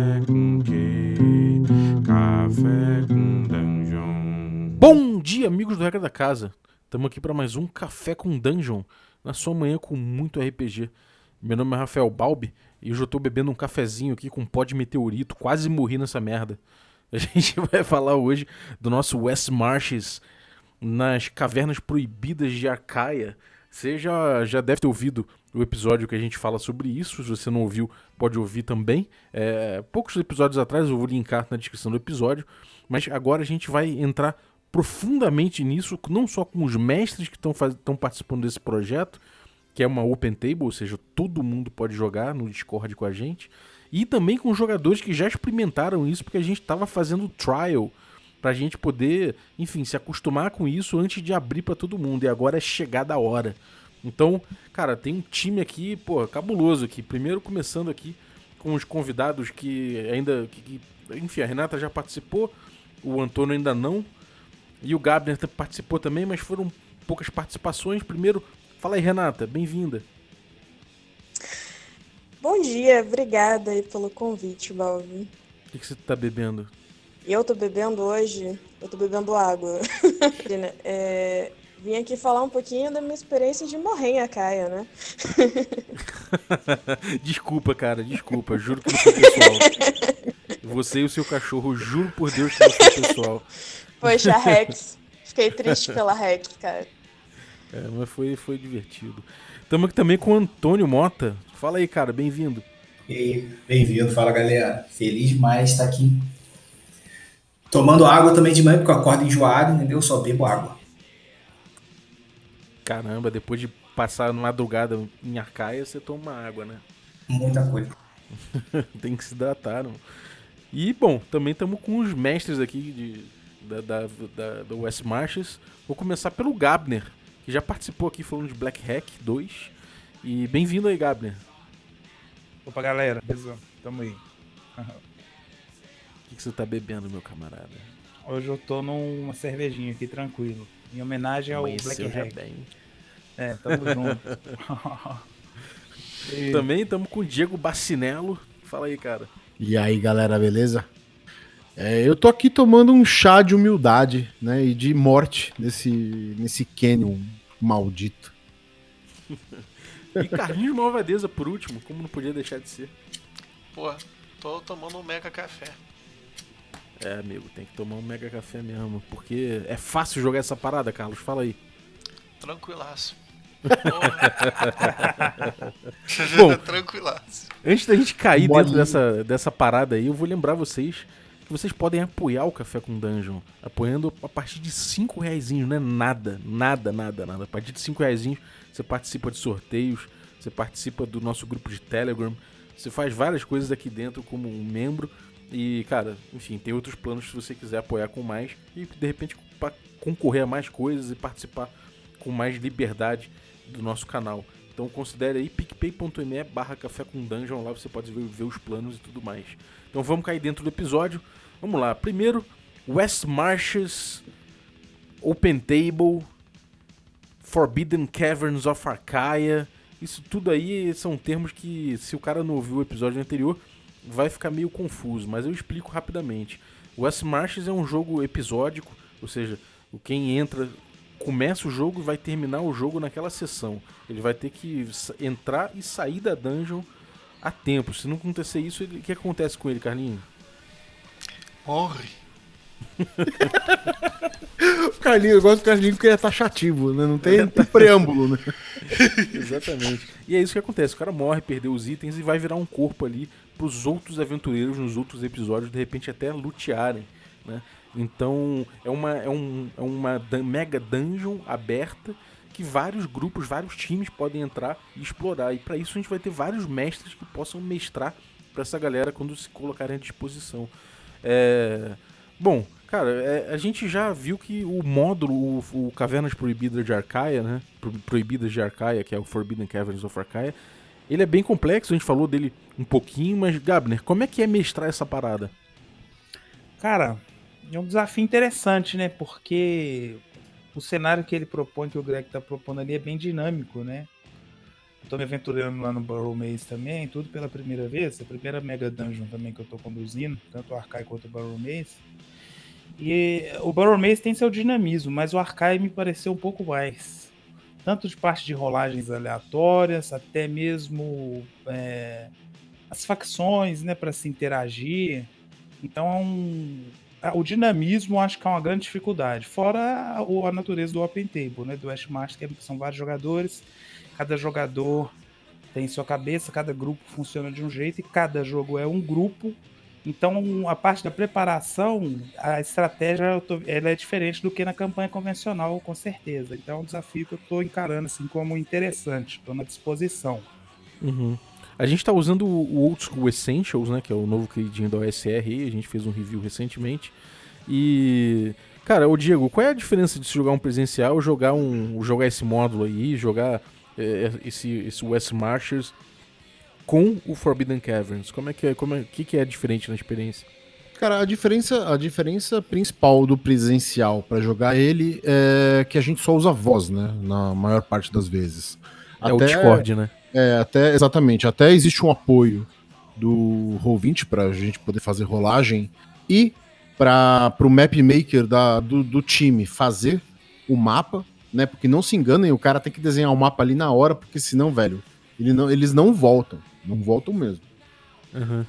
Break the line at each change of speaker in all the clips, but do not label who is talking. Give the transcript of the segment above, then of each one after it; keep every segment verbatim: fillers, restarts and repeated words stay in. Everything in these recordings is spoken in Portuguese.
com quê? Café com Dungeon.
Bom dia, amigos do Regra da Casa. Estamos aqui para mais um Café com Dungeon, na sua manhã com muito R P G. Meu nome é Rafael Balbi e hoje eu tô bebendo um cafezinho aqui com pó de meteorito, quase morri nessa merda. A gente vai falar hoje do nosso West Marches nas Cavernas Proibidas de Arcaia. Você já, já deve ter ouvido o episódio que a gente fala sobre isso. Se você não ouviu, pode ouvir também. É, poucos episódios atrás, eu vou linkar na descrição do episódio. Mas agora a gente vai entrar profundamente nisso, não só com os mestres que estão participando desse projeto, que é uma open table, ou seja, todo mundo pode jogar no Discord com a gente, e também com jogadores que já experimentaram isso, porque a gente estava fazendo trial pra gente poder, enfim, se acostumar com isso antes de abrir pra todo mundo, e agora é chegada a hora. Então, cara, tem um time aqui, pô, cabuloso aqui. Primeiro começando aqui com os convidados que ainda, que, que, enfim, a Renata já participou, o Antônio ainda não, e o Gabner participou também, mas foram poucas participações. Primeiro, fala aí, Renata, bem-vinda.
Bom dia, obrigada aí pelo convite, Balbi.
O que, que você tá bebendo?
Eu tô bebendo hoje, eu tô bebendo água. é, vim aqui falar um pouquinho da minha experiência de morrer em Arcaia, né?
Desculpa, cara, desculpa, juro que não foi pessoal. Você e o seu cachorro, juro por Deus que não foi pessoal.
Poxa, a Rex, fiquei triste pela Rex, cara.
É, mas foi, foi divertido. Estamos aqui também com o Antônio Mota. Fala aí, cara, bem-vindo.
E aí, bem-vindo, fala galera. Feliz demais estar aqui. Tomando água também de manhã, porque eu acordo enjoado, entendeu? Só bebo água.
Caramba, depois de passar uma madrugada em Arcaia, você toma água, né?
Muita coisa.
Tem que se hidratar, não? E, bom, também estamos com os mestres aqui de, da, da, da, da West Marches. Vou começar pelo Gabner, que já participou aqui falando de Black Hack dois. E bem-vindo aí, Gabner.
Opa, galera, beleza? Tamo aí.
O que, que você tá bebendo, meu camarada?
Hoje eu tô numa cervejinha aqui, tranquilo. Em homenagem ao Black Hack.
Bem.
É, tamo junto.
E... Também estamos com o Diego Bacinello. Fala aí, cara.
E aí, galera, beleza? É, eu tô aqui tomando um chá de humildade, né, e de morte nesse, nesse canyon maldito.
E Carlinhos Malvadeza, por último, como não podia deixar de ser.
Pô, tô tomando um mega café.
É, amigo, tem que tomar um mega café mesmo, porque é fácil jogar essa parada, Carlos, fala aí.
Tranquilaço.
Bom,
tranquilaço.
Antes da gente cair
Bolinha.
dentro dessa, dessa parada aí, eu vou lembrar vocês que vocês podem apoiar o Café com Dungeon, apoiando a partir de cinco reais, não é nada, nada, nada, nada. A partir de cinco reais você participa de sorteios, você participa do nosso grupo de Telegram, você faz várias coisas aqui dentro como um membro e, cara, enfim, tem outros planos se você quiser apoiar com mais e, de repente, para concorrer a mais coisas e participar com mais liberdade do nosso canal. Então considere aí picpay.me barra café com dungeon, lá você pode ver, ver os planos e tudo mais. Então vamos cair dentro do episódio. Vamos lá. Primeiro, West Marches, Open Table, Forbidden Caverns of Arcaia. Isso tudo aí são termos que, se o cara não ouviu o episódio anterior, vai ficar meio confuso, mas eu explico rapidamente. West Marches é um jogo episódico, ou seja, quem entra... começa o jogo e vai terminar o jogo naquela sessão. Ele vai ter que entrar e sair da dungeon a tempo. Se não acontecer isso, ele... o que acontece com ele, Carlinhos?
Morre.
O Carlinhos, eu gosto do Carlinhos porque é taxativo, né? Não tem, não tem preâmbulo, né?
Exatamente. E é isso que acontece. O cara morre, perdeu os itens e vai virar um corpo ali pros outros aventureiros nos outros episódios, de repente até lutearem, né? Então é uma, é, um, é uma dun- mega dungeon aberta que vários grupos, vários times podem entrar e explorar. E para isso a gente vai ter vários mestres que possam mestrar para essa galera quando se colocarem à disposição. É... Bom, cara, é, a gente já viu que o módulo, o, o Cavernas Proibidas de Arcaia, né? Pro- Proibidas de Arcaia, que é o Forbidden Caverns of Arcaia, ele é bem complexo, a gente falou dele um pouquinho, mas Gabner, como é que é mestrar essa parada?
Cara, é um desafio interessante, né? Porque o cenário que ele propõe, que o Greg tá propondo ali, é bem dinâmico, né? Eu tô me aventurando lá no Burrow Maze também, tudo pela primeira vez. A primeira Mega Dungeon também que eu tô conduzindo, tanto o Arcai quanto o Burrow Maze. E o Burrow Maze tem seu dinamismo, mas o Arcai me pareceu um pouco mais. Tanto de parte de rolagens aleatórias, até mesmo é, as facções, né, para se interagir. Então é um... o dinamismo acho que é uma grande dificuldade. Fora a, a natureza do Open Table, né, do Westmaster, que são vários jogadores. Cada jogador tem sua cabeça, cada grupo funciona de um jeito e cada jogo é um grupo. Então, a parte da preparação, a estratégia eu tô, ela é diferente do que na campanha convencional, com certeza. Então, é um desafio que eu estou encarando assim como interessante, estou na disposição.
Uhum. A gente tá usando o Old School Essentials, né, que é o novo queridinho da O S R, a gente fez um review recentemente. E, cara, ô Diego, qual é a diferença de se jogar um presencial ou jogar, um, jogar esse módulo aí, jogar é, esse, esse West Marches com o Forbidden Caverns? Como é que é, como é, que, que é diferente na experiência?
Cara, a diferença, a diferença principal do presencial pra jogar ele é que a gente só usa voz, né? Na maior parte das vezes.
É o Discord, né?
É, até, exatamente. Até existe um apoio do roll vinte pra gente poder fazer rolagem e para pro map maker da, do, do time fazer o mapa, né? Porque não se enganem, o cara tem que desenhar o mapa ali na hora, porque senão, velho, ele não, eles não voltam. Não voltam mesmo.
Uhum.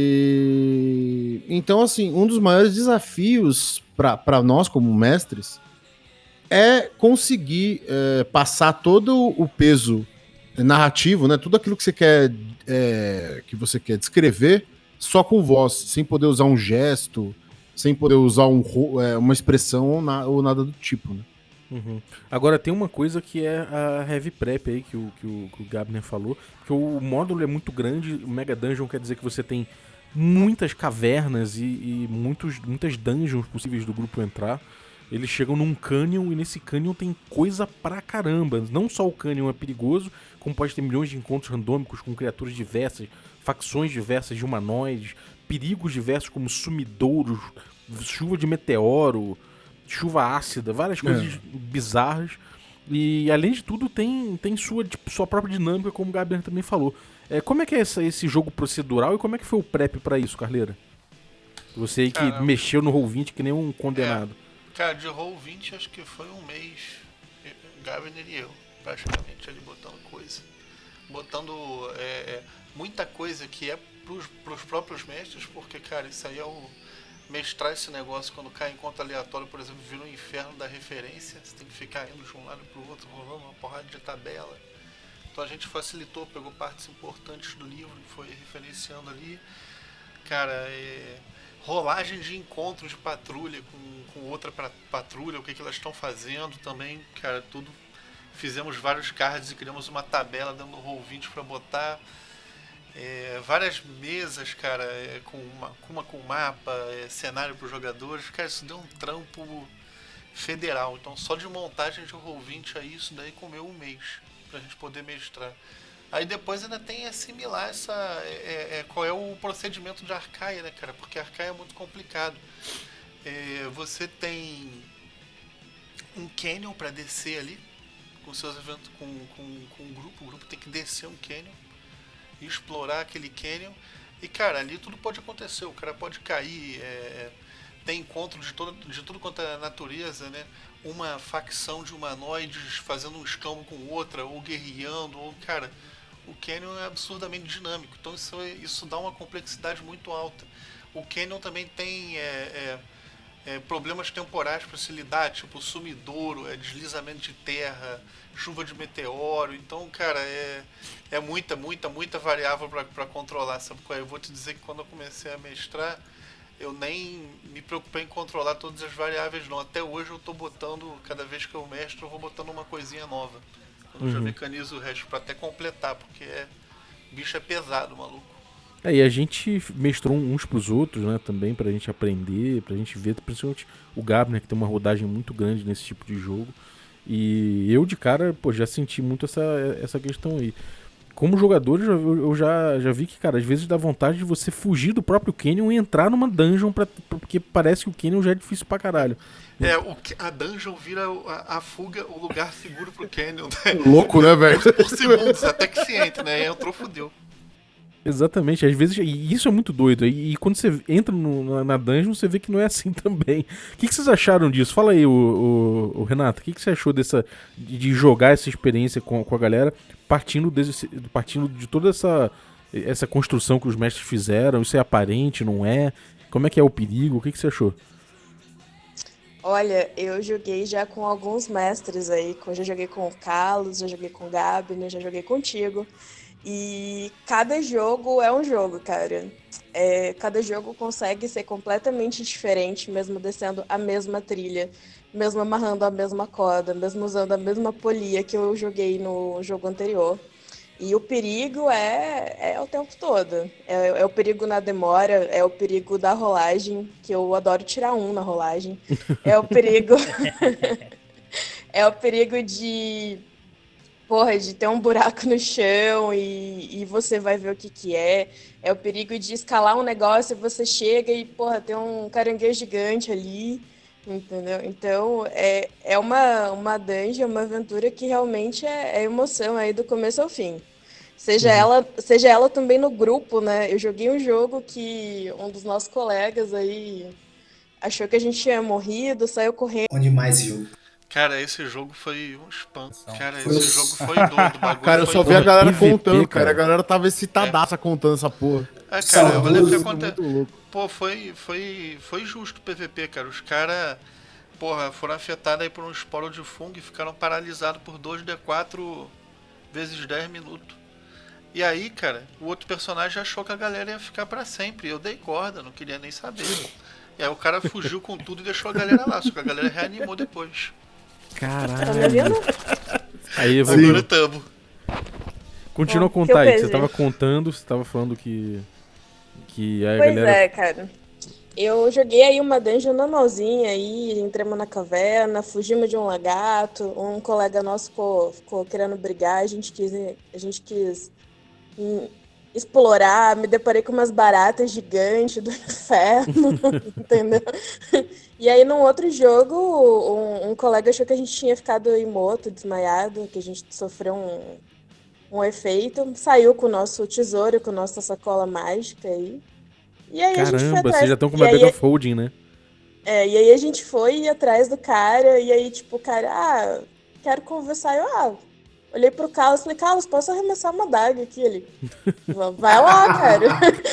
E então, assim, um dos maiores desafios para nós como mestres é conseguir é, passar todo o peso narrativo, né? Tudo aquilo que você quer é, que você quer descrever só com voz, sem poder usar um gesto, sem poder usar um, é, uma expressão ou, na, ou nada do tipo, né?
Uhum. Agora tem uma coisa que é a Heavy Prep aí que o, que o, que o Gabner falou, que o módulo é muito grande, o Mega Dungeon quer dizer que você tem muitas cavernas e, e muitos, muitas dungeons possíveis do grupo entrar. Eles chegam num canyon e nesse canyon tem coisa pra caramba. Não só o canyon é perigoso, como pode ter milhões de encontros randômicos com criaturas diversas, facções diversas de humanoides, perigos diversos como sumidouros, chuva de meteoro, chuva ácida, várias coisas é. bizarras. E além de tudo tem, tem sua, tipo, sua própria dinâmica, como o Gabriel também falou. É, como é que é essa, esse jogo procedural e como é que foi o prep pra isso, Carleira? Você aí que Caramba. mexeu no roll vinte que nem um condenado.
É, cara, de roll vinte acho que foi um mês, Gabner e eu, praticamente ali botando coisa. Botando é, muita coisa que é pros, pros próprios mestres, porque, cara, isso aí é o... mestrar esse negócio quando cai em conta aleatório, por exemplo, vira um inferno da referência, você tem que ficar indo de um lado pro outro, rolando uma porrada de tabela. Então a gente facilitou, pegou partes importantes do livro e foi referenciando ali. Cara, é... rolagem de encontro de patrulha com, com outra patrulha, o que, que elas estão fazendo também, cara, tudo. Fizemos vários cards e criamos uma tabela dentro do roll vinte para botar. É, várias mesas, cara, é, com uma, uma com mapa, é, cenário para os jogadores. Cara, isso deu um trampo federal. Então, só de montagem de roll vinte aí, isso daí comeu um mês pra gente poder mestrar. Aí depois ainda tem assimilar essa, é, é, qual é o procedimento de Arcaia, né, cara? Porque Arcaia é muito complicado. É, você tem um canyon para descer ali, com seus eventos, com, com, com um grupo. O grupo tem que descer um canyon, explorar aquele canyon. E, cara, ali tudo pode acontecer. O cara pode cair, é, tem encontro de, todo, de tudo quanto é natureza, né? Uma facção de humanoides fazendo um escambo com outra, ou guerreando, ou, cara, o canyon é absurdamente dinâmico. Então isso, isso dá uma complexidade muito alta. O canyon também tem é, é, é, problemas temporais para se lidar, tipo sumidouro, é, deslizamento de terra, chuva de meteoro. Então, cara, é, é muita, muita, muita variável para controlar. Sabe qual é? Eu vou te dizer que quando eu comecei a mestrar, eu nem me preocupei em controlar todas as variáveis, não. Até hoje eu tô botando, cada vez que eu mestro, eu vou botando uma coisinha nova. Eu uhum. já mecanizo o resto para até completar, porque é, o bicho é pesado, maluco.
É, e a gente mestrou uns pros outros, né, também, pra gente aprender, pra gente ver, principalmente o Gabner, que tem uma rodagem muito grande nesse tipo de jogo. E eu, de cara, pô, já senti muito essa, essa questão aí. como jogador, eu já, eu já, já vi que, cara, às vezes dá vontade de você fugir do próprio Canyon e entrar numa dungeon, pra, porque parece que o Canyon já é difícil pra caralho.
É, o, a dungeon vira a, a fuga, o lugar seguro pro Canyon, né?
Louco, né, velho?
Por segundos, até que se entra, né? Entrou, fudeu.
Exatamente, às vezes, e isso é muito doido, e, e quando você entra no, na, na dungeon, você vê que não é assim também. O que, que vocês acharam disso? Fala aí, o, o, o Renato, o que, que você achou dessa, de, de jogar essa experiência com, com a galera, partindo, desse, partindo de toda essa, essa construção que os mestres fizeram? Isso é aparente, não é? Como é que é o perigo? O que, que você achou?
Olha, eu joguei já com alguns mestres aí, eu já joguei com o Carlos, já joguei com o Gabi, já joguei contigo. E cada jogo é um jogo, cara. É, cada jogo consegue ser completamente diferente, mesmo descendo a mesma trilha, mesmo amarrando a mesma corda, mesmo usando a mesma polia que eu joguei no jogo anterior. E o perigo é, é o tempo todo. É, é o perigo na demora, é o perigo da rolagem, que eu adoro tirar um na rolagem. É o perigo... é o perigo de... Porra, de ter um buraco no chão e, e você vai ver o que que é. É o perigo de escalar um negócio e você chega e, porra, tem um caranguejo gigante ali, entendeu? Então, é, é uma, uma dungeon, uma aventura que realmente é, é emoção aí do começo ao fim. Seja, uhum. ela, seja ela também no grupo, né? Eu joguei um jogo que um dos nossos colegas aí achou que a gente tinha morrido, saiu correndo.
Onde mais jogo?
Cara, esse jogo foi um espanto. Cara, esse Nossa. jogo foi doido. O bagulho
cara, eu
foi
só vi
doido.
a galera
P V P,
contando, cara.
cara.
A galera tava excitadaça é. contando essa porra.
É, cara, eu lembro que
Saudoso,
aconteceu. Pô, foi, foi, foi justo o P V P, cara. Os caras, porra, foram afetados aí por um esporo de fungo e ficaram paralisados por dois D quatro vezes dez minutos. E aí, cara, o outro personagem achou que a galera ia ficar pra sempre. Eu dei corda, não queria nem saber. E aí o cara fugiu com tudo e deixou a galera lá. Só que a galera reanimou depois.
Caralho.
Tá me ouvindo?
Aí eu vou...
Agora tamo.
Continua a
Bom,
contar aí.
que
Você tava contando, você tava falando que... que a
pois
galera...
é, cara. Eu joguei aí uma dungeon normalzinha aí, entramos na caverna, fugimos de um lagarto, um colega nosso ficou, ficou querendo brigar, a gente quis, a gente quis hum, explorar, me deparei com umas baratas gigantes do inferno, entendeu? E aí, num outro jogo, um, um colega achou que a gente tinha ficado imóvel, desmaiado, que a gente sofreu um, um efeito, saiu com o nosso tesouro, com a nossa sacola mágica aí. E aí
Caramba,
a gente foi atrás...
vocês já estão com uma
aí,
bag of holding, né?
É, e aí a gente foi atrás do cara, e aí, tipo, o cara, ah, quero conversar. Eu, ah, olhei pro Carlos e falei, Carlos, posso arremessar uma daga aqui? Ele, vai lá, cara.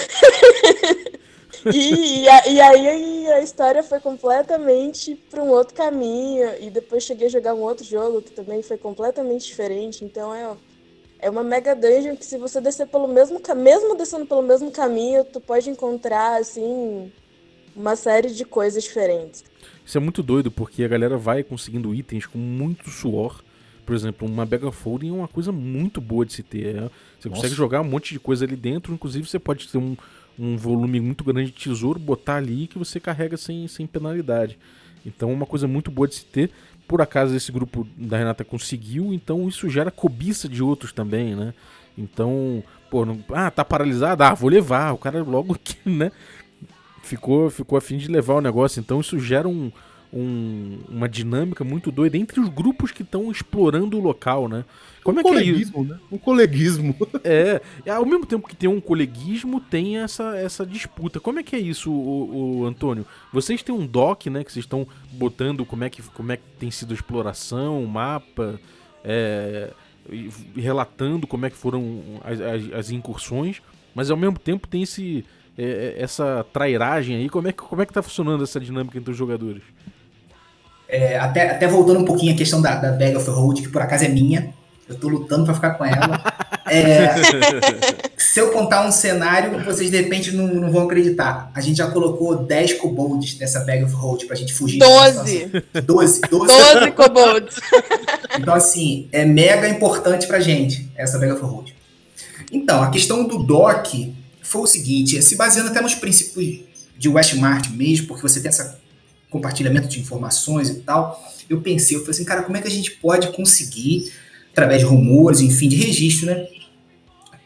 e, e, a, e aí a história foi completamente para um outro caminho, e depois cheguei a jogar um outro jogo que também foi completamente diferente, então é... É uma mega dungeon que se você descer pelo mesmo caminho, mesmo descendo pelo mesmo caminho, tu pode encontrar, assim, uma série de coisas diferentes.
Isso é muito doido, porque a galera vai conseguindo itens com muito suor. Por exemplo, uma bag of holding é uma coisa muito boa de se ter. É? Você Nossa. consegue jogar um monte de coisa ali dentro, inclusive você pode ter um, um volume muito grande de tesouro, botar ali que você carrega sem, sem penalidade. Então é uma coisa muito boa de se ter. Por acaso esse grupo da Renata conseguiu, então isso gera cobiça de outros também, né? Então, pô, não, ah, tá paralisado? Ah, vou levar. O cara logo que, né? Ficou, ficou a fim de levar o negócio. Então isso gera um, um, uma dinâmica muito doida entre os grupos que estão explorando o local, né? Como
um
é que
coleguismo,
é isso?
né? Um coleguismo.
É, ao mesmo tempo que tem um coleguismo, tem essa, essa disputa. Como é que é isso, o, o Antônio? Vocês têm um doc, né, que vocês estão botando como é que, como é que tem sido a exploração, o mapa, é, relatando como é que foram as, as, as incursões, mas ao mesmo tempo tem esse, é, essa trairagem aí. Como é, que, como é que tá funcionando essa dinâmica entre os jogadores?
É, até, até voltando um pouquinho a questão da, da Bag of Hold, que por acaso é minha. Eu tô lutando pra ficar com ela. É, se eu contar um cenário, vocês de repente não, não vão acreditar. A gente já colocou dez kobolds nessa Bag of Hold pra gente fugir.
doze.
doze.
doze kobolds.
Então, assim, é mega importante pra gente, essa Bag of Hold. Então, a questão do doc foi o seguinte, se baseando até nos princípios de Westmarch mesmo, porque você tem esse compartilhamento de informações e tal, eu pensei, eu falei assim, cara, como é que a gente pode conseguir... através de rumores, enfim, de registro, né?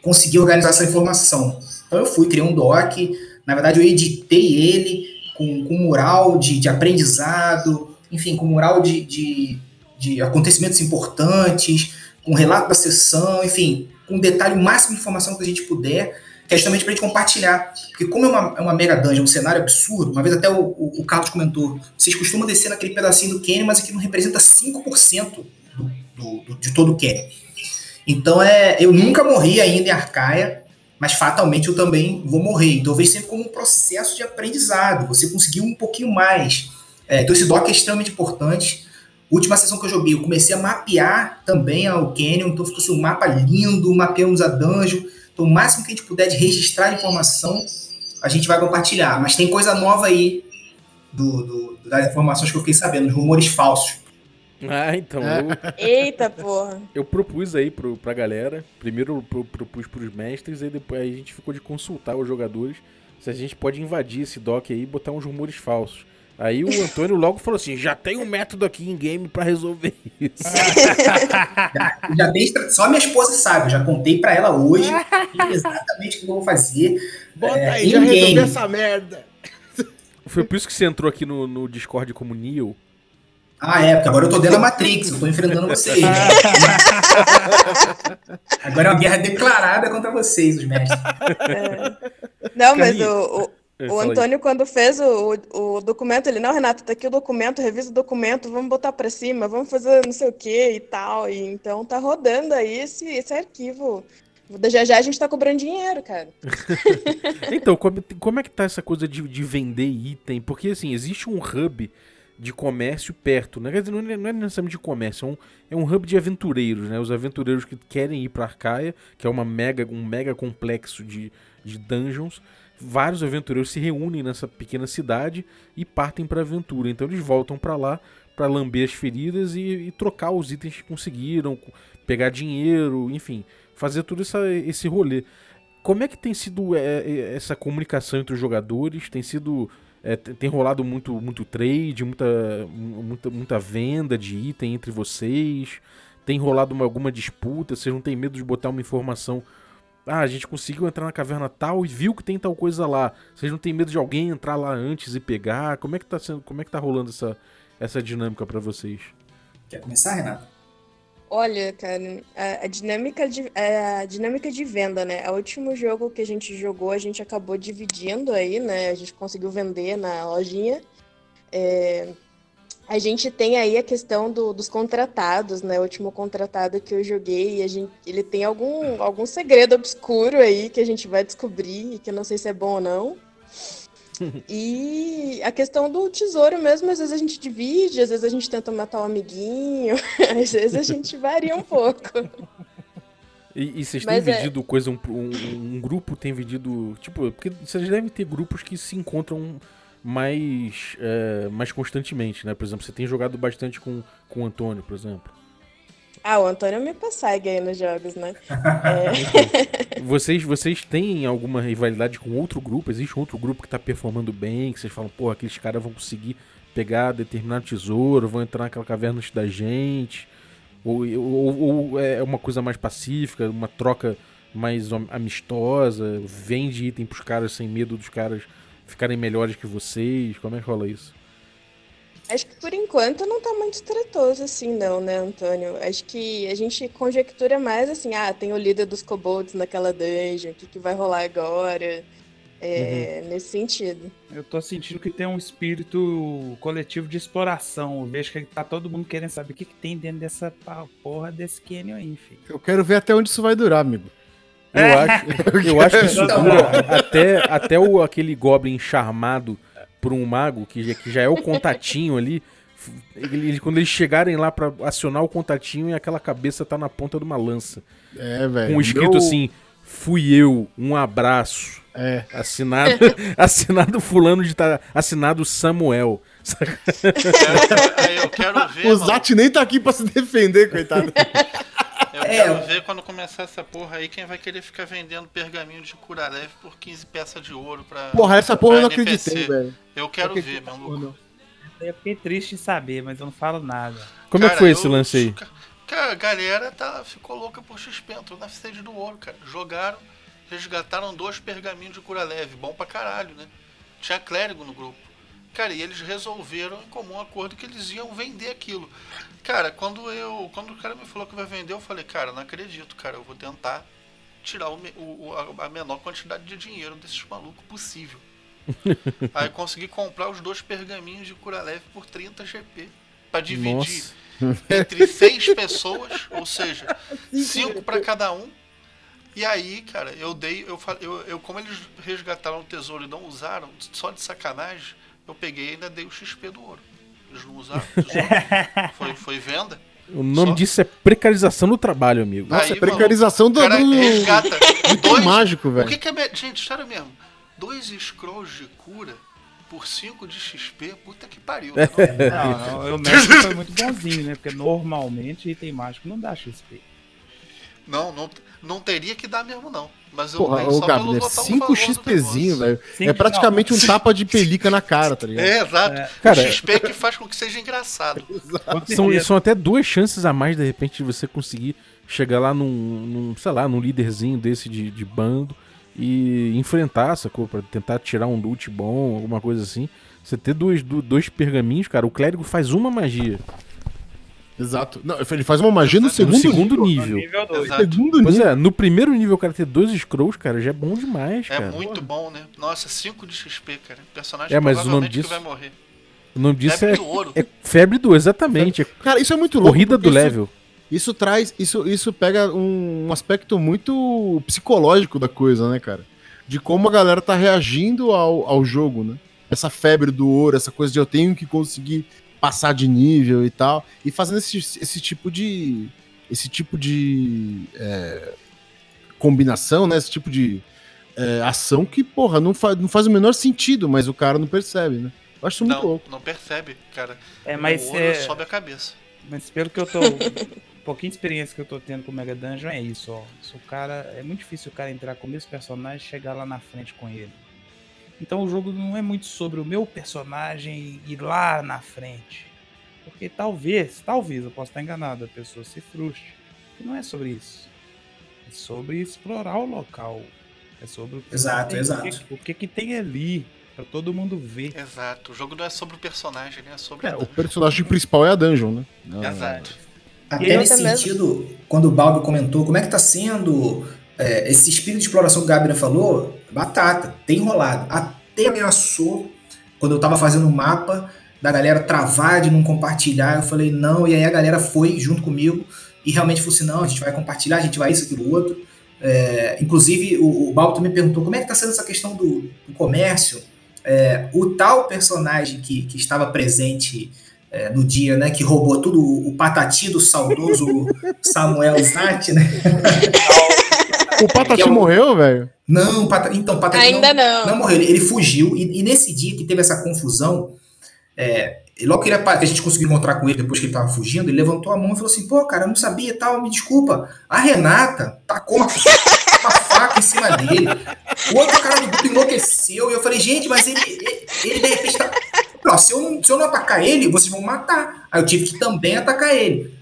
conseguir organizar essa informação. Então eu fui, criei um doc, na verdade eu editei ele com, com mural de, de aprendizado, enfim, com mural de, de, de acontecimentos importantes, com relato da sessão, enfim, com detalhe, o máximo de informação que a gente puder, que é justamente para a gente compartilhar. Porque como é uma, é uma mega dungeon, um cenário absurdo, uma vez até o, o, o Carlos comentou, vocês costumam descer naquele pedacinho do Canyon, mas aqui não representa cinco por cento do, do, do, de todo o Canyon. Então, é, eu nunca morri ainda em Arcaia, mas fatalmente eu também vou morrer. Então, eu vejo sempre como um processo de aprendizado. Você conseguiu um pouquinho mais. É, então, esse doc é extremamente importante. Última sessão que eu joguei, eu comecei a mapear também o Canyon. Então, ficou assim, um mapa lindo, mapeamos a dungeon. Então, o máximo que a gente puder de registrar informação, a gente vai compartilhar. Mas tem coisa nova aí do, do, das informações que eu fiquei sabendo, os rumores falsos.
Ah, então,
É.
eu,
Eita, porra.
eu propus aí pro, pra galera, primeiro eu pro- propus pros mestres, e depois a gente ficou de consultar os jogadores se a gente pode invadir esse doc aí e botar uns rumores falsos. Aí o Antônio logo falou assim, já tem um método aqui em game pra resolver isso.
Já, já dei estra- só minha esposa sabe, eu já contei pra ela hoje exatamente o que eu vou fazer.
Bota
É,
aí, já
in-game.
resolvi essa merda.
Foi por isso que você entrou aqui no, no Discord como Neo.
Ah, é, porque agora eu tô dentro da Matrix, eu tô enfrentando vocês. Agora é uma guerra declarada contra vocês, os mestres.
Não, mas
Carlinhos.
o, o,
É,
o
fala aí.
Antônio, quando fez o, o, o documento, ele, não, Renato, tá aqui o documento, revisa o documento, vamos botar pra cima, vamos fazer não sei o que e tal. E, então tá rodando aí esse, esse arquivo. Da já já a gente tá cobrando dinheiro, cara.
Então, como, como é que tá essa coisa de, de vender item? Porque, assim, existe um hub de comércio perto, né? Quer dizer, não é, não é necessariamente de comércio, é um, é um hub de aventureiros, né? Os aventureiros que querem ir pra Arcaia, que é uma mega, um mega complexo de, de dungeons. Vários aventureiros se reúnem nessa pequena cidade e partem pra aventura. Então eles voltam pra lá pra lamber as feridas e, e trocar os itens que conseguiram, pegar dinheiro, enfim, fazer todo essa, esse rolê. Como é que tem sido é, essa comunicação entre os jogadores? Tem sido é, tem rolado muito, muito trade, muita, muita, muita venda de item entre vocês? Tem rolado uma, alguma disputa? Vocês não têm medo de botar uma informação? Ah, a gente conseguiu entrar na caverna tal e viu que tem tal coisa lá. Vocês não têm medo de alguém entrar lá antes e pegar? Como é que tá sendo, como é que tá rolando essa, essa dinâmica pra vocês?
Quer começar, Renato?
Olha, cara, a, a dinâmica de, a dinâmica de venda, né? O último jogo que a gente jogou, a gente acabou dividindo aí, né? A gente conseguiu vender na lojinha. É, a gente tem aí a questão do- dos contratados, né? O último contratado que eu joguei, a gente, ele tem algum, algum segredo obscuro aí que a gente vai descobrir, que eu não sei se é bom ou não. E a questão do tesouro mesmo, às vezes a gente divide, às vezes a gente tenta matar um amiguinho, às vezes a gente varia um pouco.
E, e vocês têm
Mas é-
vendido coisa, um, um, um grupo tem vendido, tipo, porque vocês devem ter grupos que se encontram mais, é, mais constantemente, né? Por exemplo, você tem jogado bastante com, com o Antônio, por exemplo.
Ah, o Antônio me persegue aí nos jogos, né? É,
Vocês, vocês têm alguma rivalidade com outro grupo? Existe um outro grupo que tá performando bem, que vocês falam, pô, aqueles caras vão conseguir pegar determinado tesouro, vão entrar naquela caverna antes da gente? Ou, ou, ou é uma coisa mais pacífica, uma troca mais am- amistosa, vende item pros caras sem medo dos caras ficarem melhores que vocês? Como é que rola isso?
acho que por enquanto não tá muito tretoso assim, não, né, Antônio? Acho que a gente conjectura mais assim, ah, tem o líder dos kobolds naquela dungeon, o que, que vai rolar agora? É, nesse sentido.
Eu tô sentindo que tem um espírito coletivo de exploração. Eu vejo que tá todo mundo querendo saber o que, que tem dentro dessa pa- porra desse canyon aí, filho.
Eu quero ver até onde isso vai durar, amigo.
Eu acho, eu acho que isso
Então,
dura até, até o, aquele Goblin charmado por um mago, que já, que já é o contatinho ali. f- ele- quando eles chegarem lá pra acionar o contatinho e aquela cabeça tá na ponta de uma lança.
É, velho.
Com escrito
Meu-
assim, fui eu, um abraço.
É.
Assinado, assinado fulano de tá, assinado Samuel.
Quero- aí eu quero ver,
O
mano,
Zat nem tá aqui pra se defender, coitado.
eu
É,
quero
eu-
ver quando começar essa porra aí quem vai querer ficar vendendo pergaminho de cura leve por quinze peças de ouro pra.
Porra, essa porra eu não
pra N P C.
acreditei, velho.
Eu quero
Não
ver,
acreditei,
maluco.
não.
Eu fiquei triste em saber, mas eu não falo nada.
Como é que
Cara,
foi esse
eu-
lance aí?
ca- que a galera tá, ficou louca por X P, entrou na sede do ouro, cara. Jogaram, resgataram dois pergaminhos de cura leve, bom pra caralho, né? Tinha clérigo no grupo. Cara, e eles resolveram em comum acordo que eles iam vender aquilo. Cara, quando eu, quando o cara me falou que vai vender, eu falei, cara, não acredito, cara, eu vou tentar tirar o, o, a menor quantidade de dinheiro desses malucos possível. Aí consegui comprar os dois pergaminhos de cura leve por trinta G P pra dividir
Nossa.
entre seis pessoas, ou seja, cinco para cada um. E aí, cara, eu dei, eu, eu, eu como eles resgataram o tesouro e não usaram, só de sacanagem, eu peguei e ainda dei o X P do ouro. Eles não usaram o tesouro. Foi, foi venda.
O nome
Só-
disso é precarização do trabalho, amigo.
Nossa,
Aí,
é precarização do,
O cara
do,
resgata
do
dois.
mágico,
O
velho.
que, que é. me- Gente, sério mesmo. Dois scrolls de cura por cinco de X P, puta que pariu. Né?
Não, não, o médico foi muito bonzinho, né? Porque normalmente item mágico não dá X P.
Não, não, não teria que dar mesmo, não. Mas eu
Porra,
dei
ô
só
Gabi,
pelo botar um
cinco
valor do
XPzinho,
negócio.
velho.
Cinco-
É praticamente um tapa de pelica na cara, tá ligado?
É, exato.
É.
Cara,
o X P que faz com que seja engraçado.
Com
São,
certeza.
são até duas chances a mais, de repente, de você conseguir chegar lá num, num sei lá, num líderzinho desse de, de bando e enfrentar, sacou? Pra tentar tirar um loot bom, alguma coisa assim. Você ter dois, do- dois pergaminhos, cara, o clérigo faz uma magia.
Exato. Não, ele faz uma magia no
No
segundo,
No segundo
No
nível.
nível dois.
Exato.
segundo
Pois
nível.
é, no primeiro nível o cara ter dois scrolls, cara, já é bom demais,
É
cara.
muito bom, né? Nossa, cinco de X P, cara. O personagem
É, mas o nome
provavelmente
disso-
que vai morrer.
O nome disso
Febre
é,
do ouro.
é febre do, exatamente. É
Cara, isso é muito louco.
corrida do
porque isso-
level.
Isso traz, isso, isso pega um, um aspecto muito psicológico da coisa, né, cara? De como a galera tá reagindo ao, ao jogo, né? Essa febre do ouro, essa coisa de eu tenho que conseguir passar de nível e tal. E fazendo esse, esse tipo de. Esse tipo de. é, combinação, né? Esse tipo de é, ação que, porra, não, fa não faz o menor sentido, mas o cara não percebe, né? Eu acho isso muito
Não,
louco.
não percebe, cara.
É, mas,
o ouro
é,
sobe a cabeça.
mas pelo que eu tô. Um pouquinho de experiência que eu tô tendo com o Mega Dungeon é isso, ó. Se o cara. É muito difícil o cara entrar com o mesmo personagem e chegar lá na frente com ele. Então o jogo não é muito sobre o meu personagem ir lá na frente. Porque talvez, talvez, eu possa estar enganado, a pessoa se frustre. E não é sobre isso. É sobre explorar o local. É sobre o que
Exato,
tem,
exato.
O que, o que, que tem ali, pra todo mundo ver.
Exato. O jogo não é sobre o personagem, né? É sobre
É,
a
o personagem principal é a dungeon, né? Não,
Exato.
Até
eu
nesse
também-
sentido, quando o Balbi comentou como é que tá sendo é, esse espírito de exploração que o Gabriel falou, batata, tem rolado. Até ameaçou, quando eu tava fazendo o mapa, da galera travar de não compartilhar, eu falei não, e aí a galera foi junto comigo e realmente falou assim, não, a gente vai compartilhar, a gente vai isso, aquilo, outro. É, inclusive, o, o Balbi também perguntou como é que tá sendo essa questão do, do comércio. É, o tal personagem que, que estava presente é, no dia, né, que roubou tudo, o patati do saudoso Samuel Zat, né?
O Patati
Que é o-
morreu, velho?
Não, Pata- então, Patati
Ainda
não,
não.
não morreu, ele, ele fugiu, e, e nesse dia que teve essa confusão, é, e logo que, ele, apa- que a gente conseguiu encontrar com ele depois que ele tava fugindo, ele levantou a mão e falou assim, pô, cara, eu não sabia e tal, me desculpa, a Renata tacou uma, uma faca em cima dele, o outro cara do grupo enlouqueceu, e eu falei, gente, mas ele, ele, ele de repente tá... Não, se eu não, se eu não atacar ele, vocês vão matar. Aí eu tive que também atacar ele.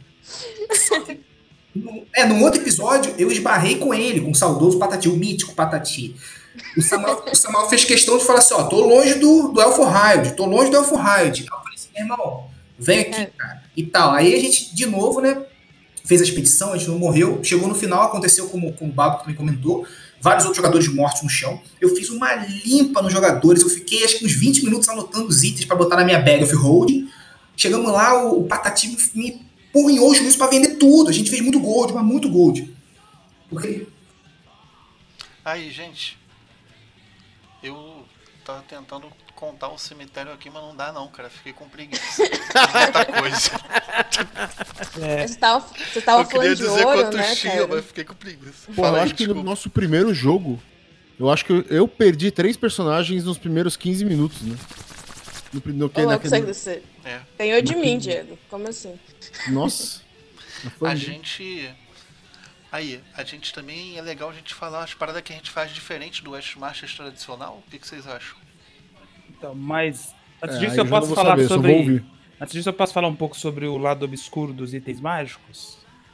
No- É, num outro episódio, eu esbarrei com ele, com o saudoso Patati, o mítico Patati. O Samuel, o Samuel fez questão de falar assim, ó, tô longe do, do Elfo Riot, tô longe do Elfo Riot. Aí eu falei assim, meu irmão, vem aqui, cara. E tal. Aí a gente, de novo, né, fez a expedição, a gente não morreu. Chegou no final, aconteceu como, como o Babo também comentou, vários outros jogadores mortos no chão. Eu fiz uma limpa nos jogadores, eu fiquei acho que uns vinte minutos anotando os itens pra botar na minha bag of holding. Chegamos lá, o, o Patati me, me porrinhou os juízos pra vender tudo. A gente fez muito gold, mas muito gold. Porque...
Aí, gente, eu tava tentando contar o cemitério aqui, mas não dá não, cara. Fiquei com preguiça. Muita coisa.
Você tava, você tava
Eu queria
falando de
dizer
ouro,
quanto
né,
tinha,
cara?
mas fiquei com preguiça.
Pô,
Fala
eu
aí,
acho que no
desculpa.
nosso primeiro jogo, eu acho que eu, eu perdi três personagens nos primeiros quinze minutos, né? No, pri- no, que,
Ô, louco,
naquele-
você, você
É.
ganhou de mim, Diego. Como assim?
Nossa. Mas foi
A
um-
gente... Aí, a gente também é legal a gente falar as paradas que a gente faz diferente do West Masters tradicional. O que, que vocês acham?
Então, mas antes
É,
disso
aí
eu
já
posso
não vou
falar
saber, só
sobre.
vou ouvir.
Antes disso eu posso falar um pouco sobre o lado obscuro dos itens mágicos?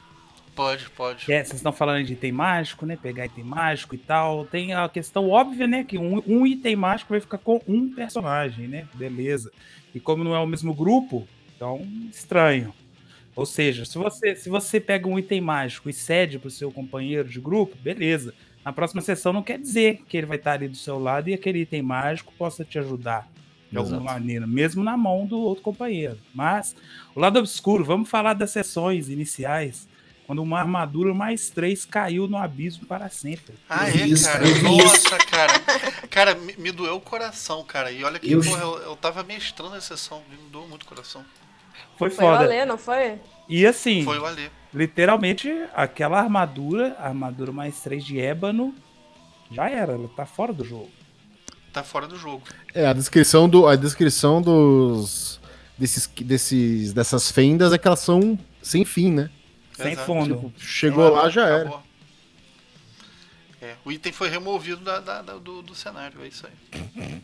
Pode, pode.
É, vocês estão falando de item mágico, né? Pegar item mágico e tal. Tem a questão óbvia, né? Que um, um item mágico vai ficar com um personagem, né? Beleza. E como não é o mesmo grupo, então estranho. Ou seja, se você, se você pega um item mágico e cede pro seu companheiro de grupo, beleza. Na próxima sessão não quer dizer que ele vai estar ali do seu lado e aquele item mágico possa te ajudar de alguma
Exato.
maneira, mesmo na mão do outro companheiro. Mas o lado obscuro, vamos falar das sessões iniciais, quando uma armadura mais três caiu no abismo para sempre.
Ah,
Eu vi
é,
isso,
cara?
eu vi
Nossa, cara. Cara, me, me doeu o coração, cara. E olha que,
Eu-
porra, eu, eu tava mestrando a sessão. Me doeu muito o coração.
Foi
Foi o
foda.
Alê, não foi?
E assim,
Foi o Alê.
literalmente, aquela armadura, a armadura mais três de ébano, já era, ela tá fora do jogo.
Tá fora do jogo.
É, a descrição, do, a descrição dos, desses, desses, dessas fendas é que elas são sem fim, né?
Sem
Exato.
fundo.
Chegou lá, já era.
Acabou. É, o item foi removido da, da- da- do, do cenário, é isso aí.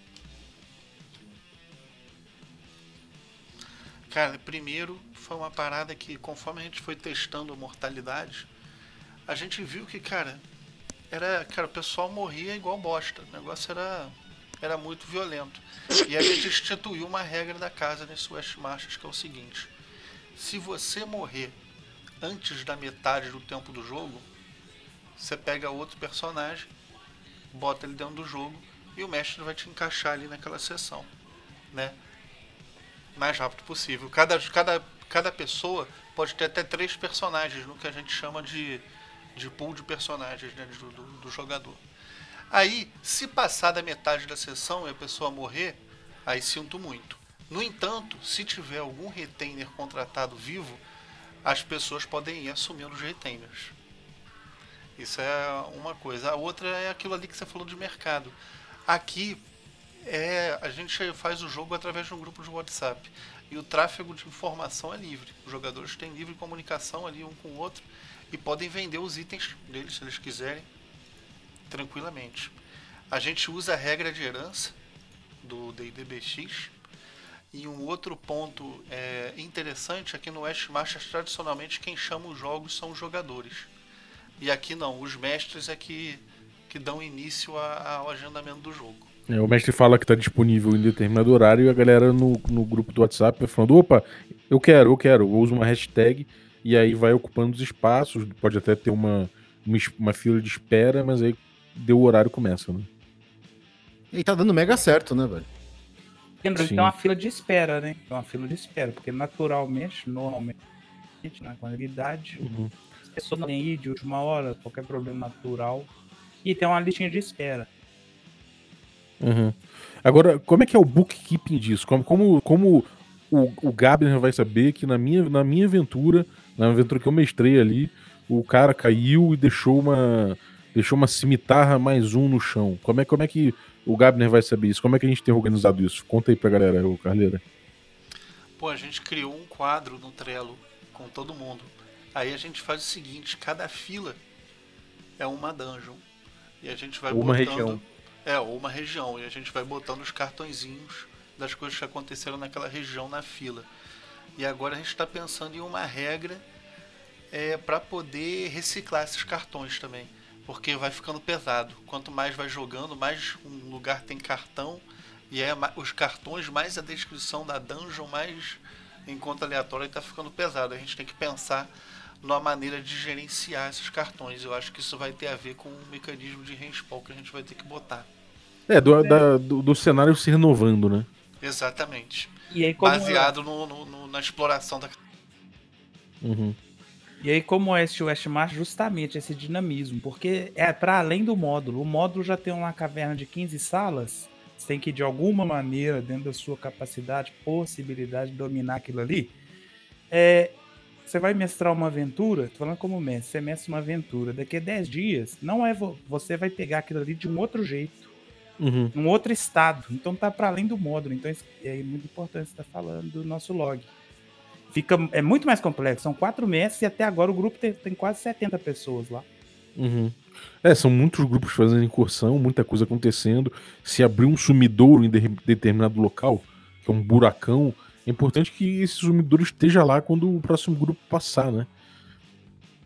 Cara, primeiro foi uma parada que, conforme a gente foi testando a mortalidade, a gente viu que, cara, era, cara, o pessoal morria igual bosta. O negócio era, era muito violento. E a gente instituiu uma regra da casa nesse West Marches, que é o seguinte: se você morrer antes da metade do tempo do jogo, você pega outro personagem, bota ele dentro do jogo e o mestre vai te encaixar ali naquela sessão, né? Mais rápido possível. Cada, cada, cada pessoa pode ter até três personagens no que a gente chama de, de pool de personagens, né, do, do, do jogador. Aí, se passar da metade da sessão e a pessoa morrer, aí sinto muito. No entanto, se tiver algum retainer contratado vivo, as pessoas podem ir assumindo os retainers. Isso é uma coisa. A outra é aquilo ali que você falou de mercado. Aqui, é, a gente faz o jogo através de um grupo de WhatsApp. E o tráfego de informação é livre. Os jogadores têm livre comunicação ali um com o outro e podem vender os itens deles, se eles quiserem, tranquilamente. A gente usa a regra de herança do D e D B X. E um outro ponto é, interessante é que no West Marches, tradicionalmente, quem chama os jogos são os jogadores. E aqui não, os mestres é que, que dão início a, ao agendamento do jogo.
É, o mestre fala que tá disponível em determinado horário e a galera no, no grupo do WhatsApp vai falando: opa, eu quero, eu quero. Usa uma hashtag e aí vai ocupando os espaços. Pode até ter uma, uma, es- uma fila de espera, mas aí deu o horário começa, né?
E tá dando mega certo, né, velho?
Lembrando que
Sim.
tem uma fila de espera, né? Tem uma fila de espera, porque naturalmente, normalmente, na qualidade,
Uhum.
as pessoas não têm ir de última hora, qualquer problema natural. E tem uma listinha de espera.
Uhum. Agora, como é que é o bookkeeping disso? Como, como, como o, o Gabner vai saber que na minha, na minha aventura, na aventura que eu mestrei ali, o cara caiu e deixou uma deixou uma cimitarra mais um no chão? Como é, como é que o Gabner vai saber isso? Como é que a gente tem organizado isso? Conta aí pra galera, ô Carleira.
Pô, a gente criou um quadro no Trello com todo mundo. Aí a gente faz o seguinte: cada fila é uma dungeon. E a gente vai
Ou uma
botando.
região.
É, ou uma região. E a gente vai botando os cartõezinhos das coisas que aconteceram naquela região na fila. E agora a gente está pensando em uma regra é, para poder reciclar esses cartões também. Porque vai ficando pesado. Quanto mais vai jogando, mais um lugar tem cartão. E é ma- os cartões, mais a descrição da dungeon, mais encontro aleatório, está ficando pesado. A gente tem que pensar numa maneira de gerenciar esses cartões. Eu acho que isso vai ter a ver com o mecanismo de respawn que a gente vai ter que botar.
É, do, da- do, do cenário se renovando, né?
Exatamente.
E aí, como
Baseado no, no- no- na exploração da.
Uhum.
E aí, como é esse West March, justamente esse dinamismo, porque é para além do módulo. O módulo já tem uma caverna de quinze salas, você tem que, de alguma maneira, dentro da sua capacidade, possibilidade de dominar aquilo ali. É, você vai mestrar uma aventura, tô falando como mestre, você mestra uma aventura, daqui a dez dias, não é vo- você vai pegar aquilo ali de um outro jeito,
Uhum.
num outro estado. Então tá para além do módulo. Então isso é muito importante você estar falando do nosso log. Fica, é muito mais complexo. São quatro mestres e até agora o grupo tem, tem quase setenta pessoas lá.
Uhum. É, são muitos grupos fazendo incursão, muita coisa acontecendo. Se abrir um sumidouro em de- determinado local, que é um buracão, é importante que esse sumidouro esteja lá quando o próximo grupo passar, né?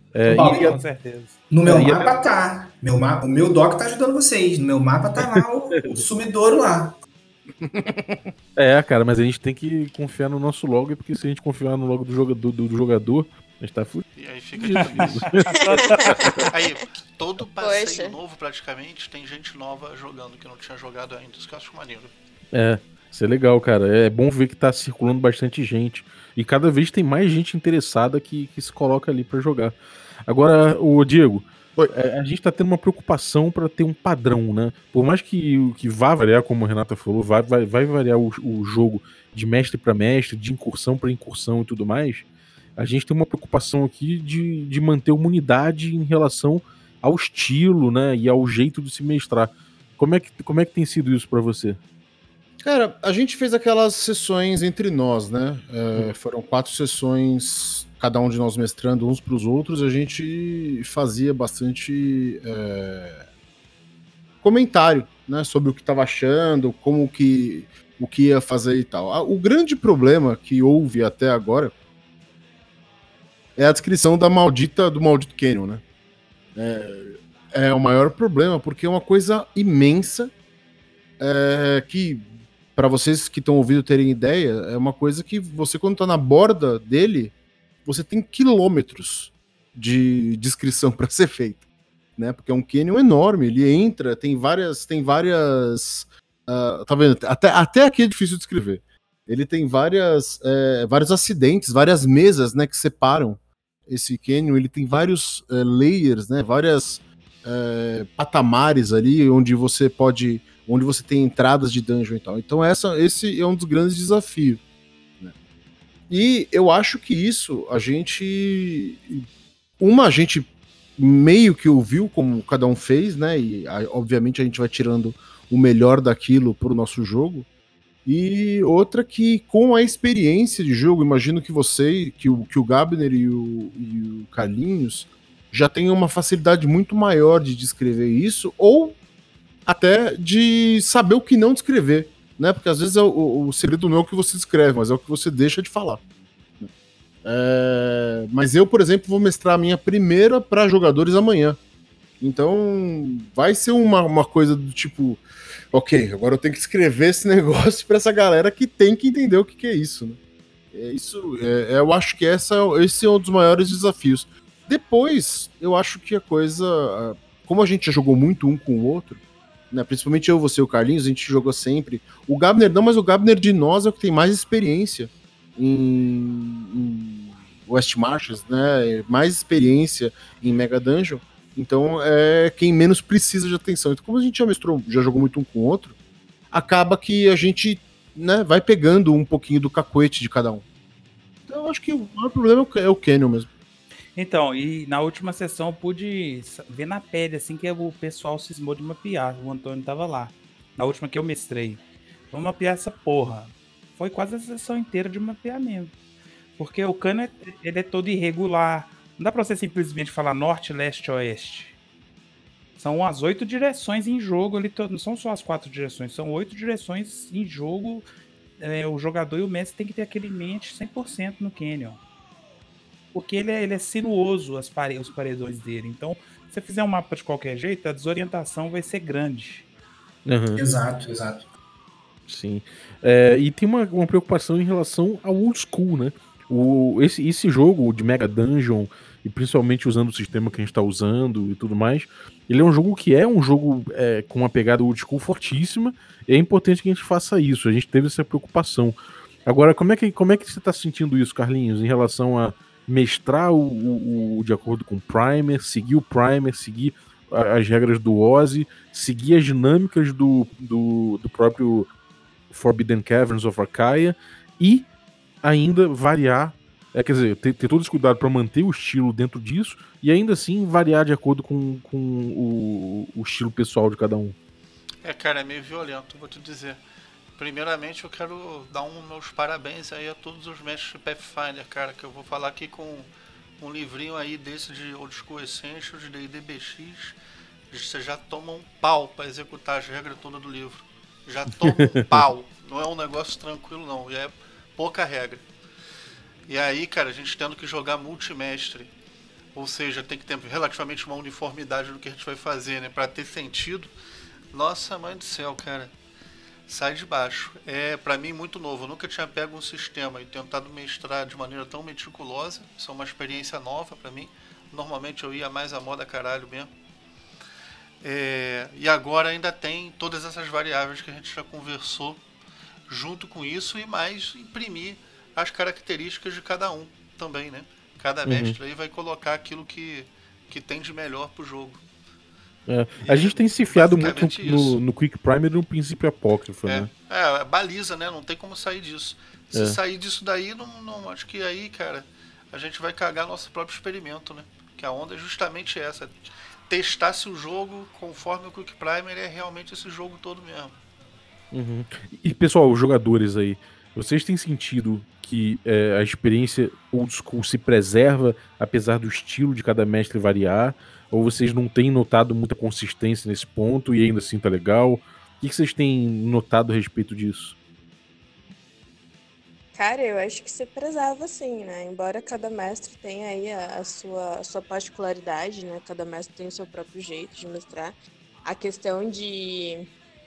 É,
Bom,
e-
Com certeza.
No meu
É, e a-
mapa tá. Meu ma... O meu doc tá ajudando vocês. No meu mapa tá lá o, o sumidouro lá.
é, cara, mas a gente tem que confiar no nosso log, porque se a gente confiar no log do jogador, do, do jogador a gente tá fudido.
E aí fica difícil. Aí, todo passeio
Poxa.
novo praticamente tem gente nova jogando que não tinha jogado ainda. Isso que eu acho maneiro.
É, isso é legal, cara. É bom ver que tá circulando bastante gente. E cada vez tem mais gente interessada que, que se coloca ali pra jogar. Agora, o Diego, é, a gente tá tendo uma preocupação pra ter um padrão, né? Por mais que, que vá variar, como a Renata falou, vai, vai, vai variar o, o jogo de mestre pra mestre, de incursão pra incursão e tudo mais. A gente tem uma preocupação aqui de, de manter uma unidade em relação ao estilo, né? E ao jeito de se mestrar. Como é que, como é que tem sido isso pra você?
Cara, a gente fez aquelas sessões entre nós, né? É, foram quatro sessões, cada um de nós mestrando uns para os outros. A gente fazia bastante é, comentário, né? Sobre o que estava achando, como que o que ia fazer e tal. Ah, o grande problema que houve até agora é a descrição da maldita do maldito Canyon, né? É, é o maior problema porque é uma coisa imensa é, que para vocês que estão ouvindo terem ideia, é uma coisa que você, quando tá na borda dele, você tem quilômetros de descrição para ser feita, né? Porque é um canyon enorme, ele entra, tem várias, tem várias, uh, tá vendo? Até, até aqui é difícil de descrever. Ele tem várias, é, vários acidentes, várias mesas, né, que separam esse canyon. Ele tem vários é, layers, né? Várias é, patamares ali, onde você pode onde você tem entradas de dungeon e tal. Então essa, esse é um dos grandes desafios. Né? E eu acho que isso, a gente... Uma, a gente meio que ouviu como cada um fez, né? E obviamente a gente vai tirando o melhor daquilo pro nosso jogo. E outra que, com a experiência de jogo, imagino que você, que o, que o Gabner e o, e o Carlinhos já tenham uma facilidade muito maior de descrever isso, ou até de saber o que não descrever, né? Porque às vezes é o, o segredo não é o que você descreve, mas é o que você deixa de falar. É... Mas eu, por exemplo, vou mestrar a minha primeira para jogadores amanhã. Então vai ser uma, uma coisa do tipo, ok, agora eu tenho que escrever esse negócio para essa galera que tem que entender o que, que é isso. Né? É isso é, eu acho que essa, esse é um dos maiores desafios. Depois, eu acho que a coisa, como a gente já jogou muito um com o outro, né, principalmente eu, você e o Carlinhos, a gente jogou sempre. O Gabner não, mas o Gabner de nós é o que tem mais experiência em, em West Marches, né? Mais experiência em Mega Dungeon. Então é quem menos precisa de atenção. Então, como a gente já mestrou, já jogou muito um com o outro, acaba que a gente, né, vai pegando um pouquinho do cacuete de cada um. Então eu acho que o maior problema é o Canyon mesmo.
Então, e na última sessão eu pude ver na pele, assim, que o pessoal cismou de mapear. O Antônio tava lá. Na última que eu mestrei. Vamos mapear essa porra. Foi quase a sessão inteira de mapeamento. Porque o cano, é, ele é todo irregular. Não dá pra você simplesmente falar norte, leste, oeste. São as oito direções em jogo. Ele to... Não são só as quatro direções. São oito direções em jogo. É, o jogador e o mestre tem que ter aquele em mente cem por cento no Canyon. Porque ele é, ele é sinuoso, as pare... os paredões dele. Então, se você fizer um mapa de qualquer jeito, a desorientação vai ser grande.
Uhum.
Exato, exato.
Sim. É, e tem uma, uma preocupação em relação ao old school, né? O, esse, esse jogo de Mega Dungeon, e principalmente usando o sistema que a gente tá usando e tudo mais, ele é um jogo que é um jogo é, com uma pegada old school fortíssima, e é importante que a gente faça isso. A gente teve essa preocupação. Agora, como é que, como é que você tá sentindo isso, Carlinhos, em relação a mestrar o, o, o de acordo com o Primer, seguir o Primer, seguir a, as regras do Ozzy, seguir as dinâmicas do, do, do próprio Forbidden Caverns of Arcaia e ainda variar, é, quer dizer, ter, ter todo esse cuidado para manter o estilo dentro disso e ainda assim variar de acordo com, com o, o estilo pessoal de cada um.
É, cara, é meio violento, vou te dizer. Primeiramente eu quero dar um meus parabéns aí a todos os mestres de Pathfinder, cara, que eu vou falar aqui com um livrinho aí desse de Old School Essentials, de D e D B X, você já toma um pau para executar as regras todas do livro. Já toma um pau, não é um negócio tranquilo não, é pouca regra. E aí, cara, a gente tendo que jogar multimestre, ou seja, tem que ter relativamente uma uniformidade do que a gente vai fazer, né, para ter sentido. Nossa mãe do céu, cara, sai de baixo. É, para mim, muito novo. Eu nunca tinha pego um sistema e tentado mestrar de maneira tão meticulosa. Isso é uma experiência nova para mim. Normalmente eu ia mais a moda caralho mesmo. É, e agora ainda tem todas essas variáveis que a gente já conversou junto com isso, e mais imprimir as características de cada um também, né? Cada mestre aí vai colocar aquilo que, que tem de melhor pro jogo.
É, a gente tem se enfiado muito
basicamente
no,
isso.
no Quick Primer e no princípio apócrifo,
É,
né?
é, baliza, né? Não tem como sair disso. Se
É.
sair disso daí, não, não, acho que aí, cara, a gente vai cagar nosso próprio experimento, né? Que a onda é justamente essa. Testar se o jogo, conforme o Quick Primer, é realmente esse jogo todo mesmo.
Uhum. E pessoal, os jogadores aí, vocês têm sentido que é, a experiência old school se preserva apesar do estilo de cada mestre variar? Ou vocês não têm notado muita consistência nesse ponto e ainda assim tá legal? O que que vocês têm notado a respeito disso?
Cara, eu acho que se preserva sim, né? Embora cada mestre tenha aí a, a sua, a sua particularidade, né? Cada mestre tem o seu próprio jeito de mestrar. A questão de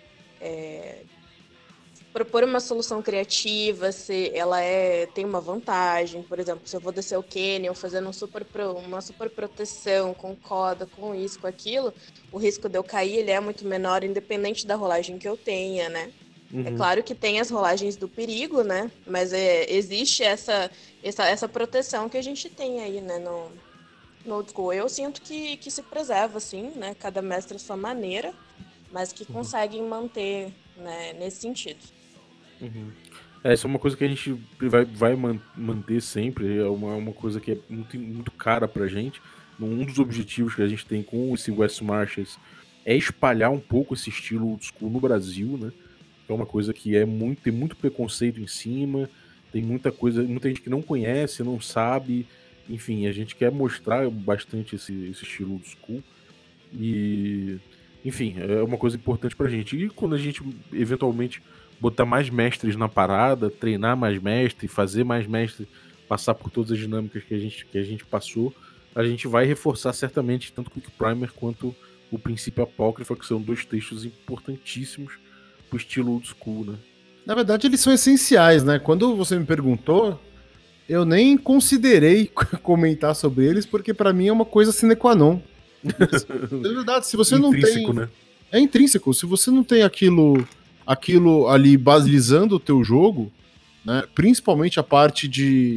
é, propor uma solução criativa, se ela é, tem uma vantagem. Por exemplo, se eu vou descer o Canyon fazendo um super pro, uma super proteção com coda, com isso, com aquilo, o risco de eu cair ele é muito menor, independente da rolagem que eu tenha, né? É claro que tem as rolagens do perigo, né? Mas é, existe essa, essa, essa proteção que a gente tem aí, né? No, no old school. Eu sinto que, que se preserva, assim, né? Cada mestre à sua maneira, mas que conseguem manter, né? Nesse sentido.
Uhum. É, isso é uma coisa que a gente vai, vai man- manter sempre, é uma, uma coisa que é muito, muito cara pra gente. Um dos objetivos que a gente tem com esse West Marches é espalhar um pouco esse estilo old school no Brasil, né? É uma coisa que é muito, tem muito preconceito em cima, tem muita coisa, muita gente que não conhece, não sabe. Enfim, a gente quer mostrar bastante esse, esse estilo old school. E, enfim, é uma coisa importante pra gente. E quando a gente eventualmente botar mais mestres na parada, treinar mais mestres, fazer mais mestres, passar por todas as dinâmicas que a gente, que a gente passou, a gente vai reforçar certamente tanto o Quick Primer quanto o Princípio Apócrifo, que são dois textos importantíssimos pro estilo old school, né?
Na verdade, eles são essenciais, né? Quando você me perguntou, eu nem considerei comentar sobre eles, porque pra mim é uma coisa sine qua non. É verdade, se você não
Intrínseco,
tem...
né?
É intrínseco. Se você não tem aquilo, aquilo ali balizando o teu jogo, né? Principalmente a parte de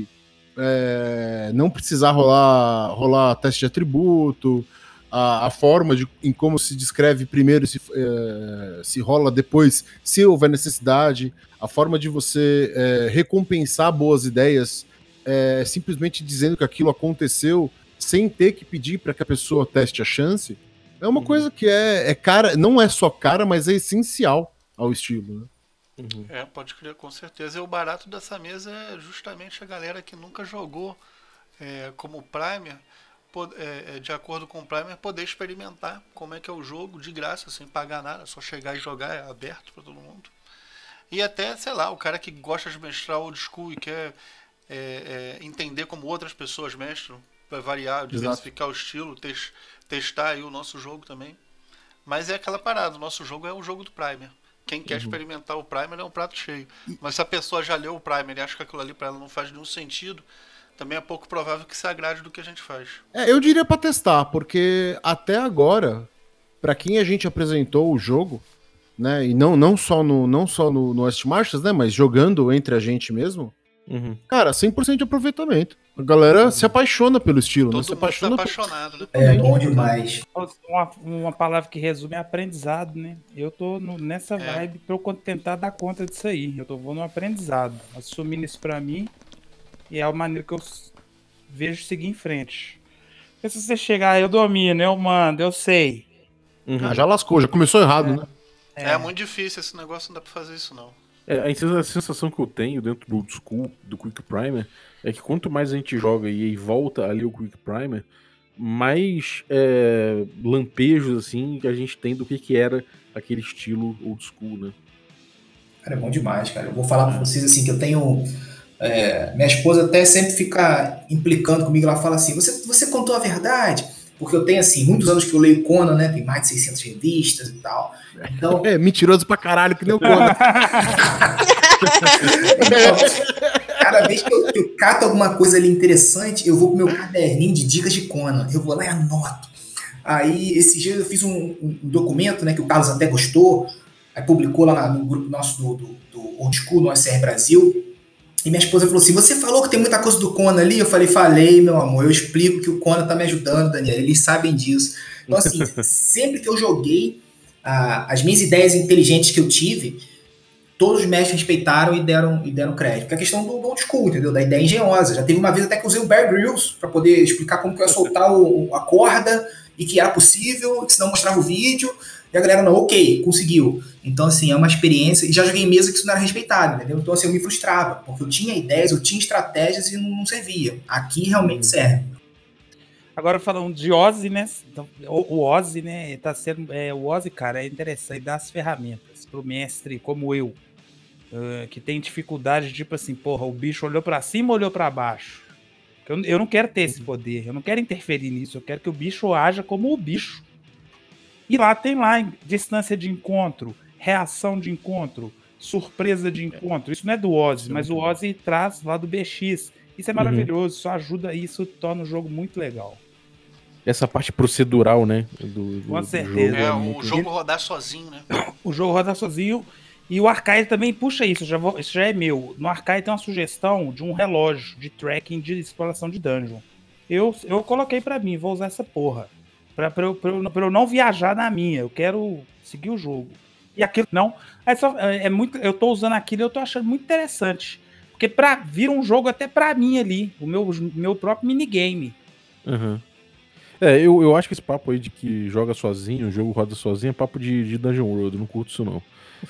é, não precisar rolar, rolar teste de atributo, a, a forma de, em como se descreve primeiro, se, é, se rola depois, se houver necessidade, a forma de você é, recompensar boas ideias, é, simplesmente dizendo que aquilo aconteceu sem ter que pedir para que a pessoa teste a chance, é uma
Uhum.
coisa que é, é cara, não é só cara, mas é essencial ao estilo, né?
Uhum.
É, pode crer, com certeza. E o barato dessa mesa é justamente a galera que nunca jogou é, como Primer, pod- é, é, de acordo com o Primer, poder experimentar como é que é o jogo de graça, sem pagar nada, só chegar e jogar, é aberto para todo mundo. E até, sei lá, o cara que gosta de mestrar old school e quer é, é, entender como outras pessoas mestram, para variar, diversificar o estilo, tes- testar aí o nosso jogo também. Mas é aquela parada, o nosso jogo é o jogo do Primer. Quem quer experimentar o Primer é um prato cheio. Mas se a pessoa já leu o Primer e acha que aquilo ali para ela não faz nenhum sentido, também é pouco provável que se agrade do que a gente faz.
É, eu diria pra testar, porque até agora, pra quem a gente apresentou o jogo, né, e não, não só no não só no, no West Marches, né, mas jogando entre a gente mesmo,
Uhum.
cara, cem por cento de aproveitamento. A galera se apaixona pelo estilo, né?
Todo
Se
mundo tá
apaixona por...
apaixonado, né?
É bom demais.
Uma, uma palavra que resume é aprendizado, né? Eu tô no- nessa
É.
vibe pra eu con- tentar dar conta disso aí. Eu tô vou no aprendizado, assumindo isso pra mim, e é a maneira que eu s- vejo seguir em frente. Porque se você chegar, eu domino, eu mando, eu sei.
Uhum.
Ah, já lascou, já começou errado, né?
É. muito difícil esse negócio, não dá pra fazer isso não.
É, a sensa- a sensação que eu tenho dentro do old school, do Quick Primer, é que quanto mais a gente joga e aí volta ali o Quick Primer, mais é, lampejos assim que a gente tem do que, que era aquele estilo old school, né?
Cara, é bom demais, cara. Eu vou falar pra vocês assim que eu tenho É, minha esposa até sempre fica implicando comigo, ela fala assim, você, você contou a verdade? Porque eu tenho, assim, muitos anos que eu leio Conan, né? Tem mais de seiscentas revistas e tal. Então,
É mentiroso pra caralho, que nem o Conan.
então, cada vez que eu, que eu cato alguma coisa ali interessante, eu vou pro meu caderninho de dicas de Conan. Eu vou lá e anoto. Aí, esses dias eu fiz um, um documento, né, que o Carlos até gostou, aí publicou lá na- no grupo nosso do, do, do Old School, no S R Brasil, e minha esposa falou assim, você falou que tem muita coisa do Conan ali? Eu falei, falei, meu amor, eu explico que o Conan tá me ajudando, Daniel, eles sabem disso. Então, assim, sempre que eu joguei, ah, as minhas ideias inteligentes que eu tive, todos os mestres respeitaram e deram, e deram crédito. Porque a questão do, do old school, entendeu? Da ideia engenhosa. Já teve uma vez até que eu usei o Bear Grylls para poder explicar como que eu ia soltar o, a corda e que era possível, que senão mostrava o vídeo. E a galera, não, ok, conseguiu. Então, assim, é uma experiência. E já joguei em mesa que isso não era respeitado, entendeu? Então, assim, eu me frustrava. Porque eu tinha ideias, eu tinha estratégias e não, não servia. Aqui realmente serve.
Agora falando de Ozzy, né? Então, o, o Ozzy, né? Tá sendo, é, o Ozzy, cara, é interessante dar as ferramentas pro mestre como eu, uh, que tem dificuldade, tipo assim, porra, o bicho olhou pra cima ou olhou pra baixo? Eu, eu não quero ter esse poder, eu não quero interferir nisso, eu quero que o bicho haja como o bicho. E lá tem lá distância de encontro, reação de encontro, surpresa de encontro. Isso não é do Ozzy, mas o Ozzy traz lá do B X. Isso é maravilhoso, isso ajuda, isso torna o jogo muito legal.
Essa parte procedural, né? Do, do,
Com
do
certeza.
jogo
É, o
muito-
jogo rodar sozinho, né?
O jogo roda sozinho. E o Arcade também puxa isso, já vou, isso já é meu. No Arcade tem uma sugestão de um relógio de tracking de exploração de dungeon. Eu, eu coloquei pra mim, vou usar essa porra. Pra, pra, eu, pra, eu, pra eu não viajar na minha, eu quero seguir o jogo. E aquilo não. É só, é, é muito, eu tô usando aquilo e eu tô achando muito interessante. Porque pra, vira um jogo até pra mim ali, o meu, meu próprio minigame.
Aham. É, eu, eu acho que esse papo aí de que joga sozinho, o jogo roda sozinho, é papo de, de Dungeon World, eu não curto isso não.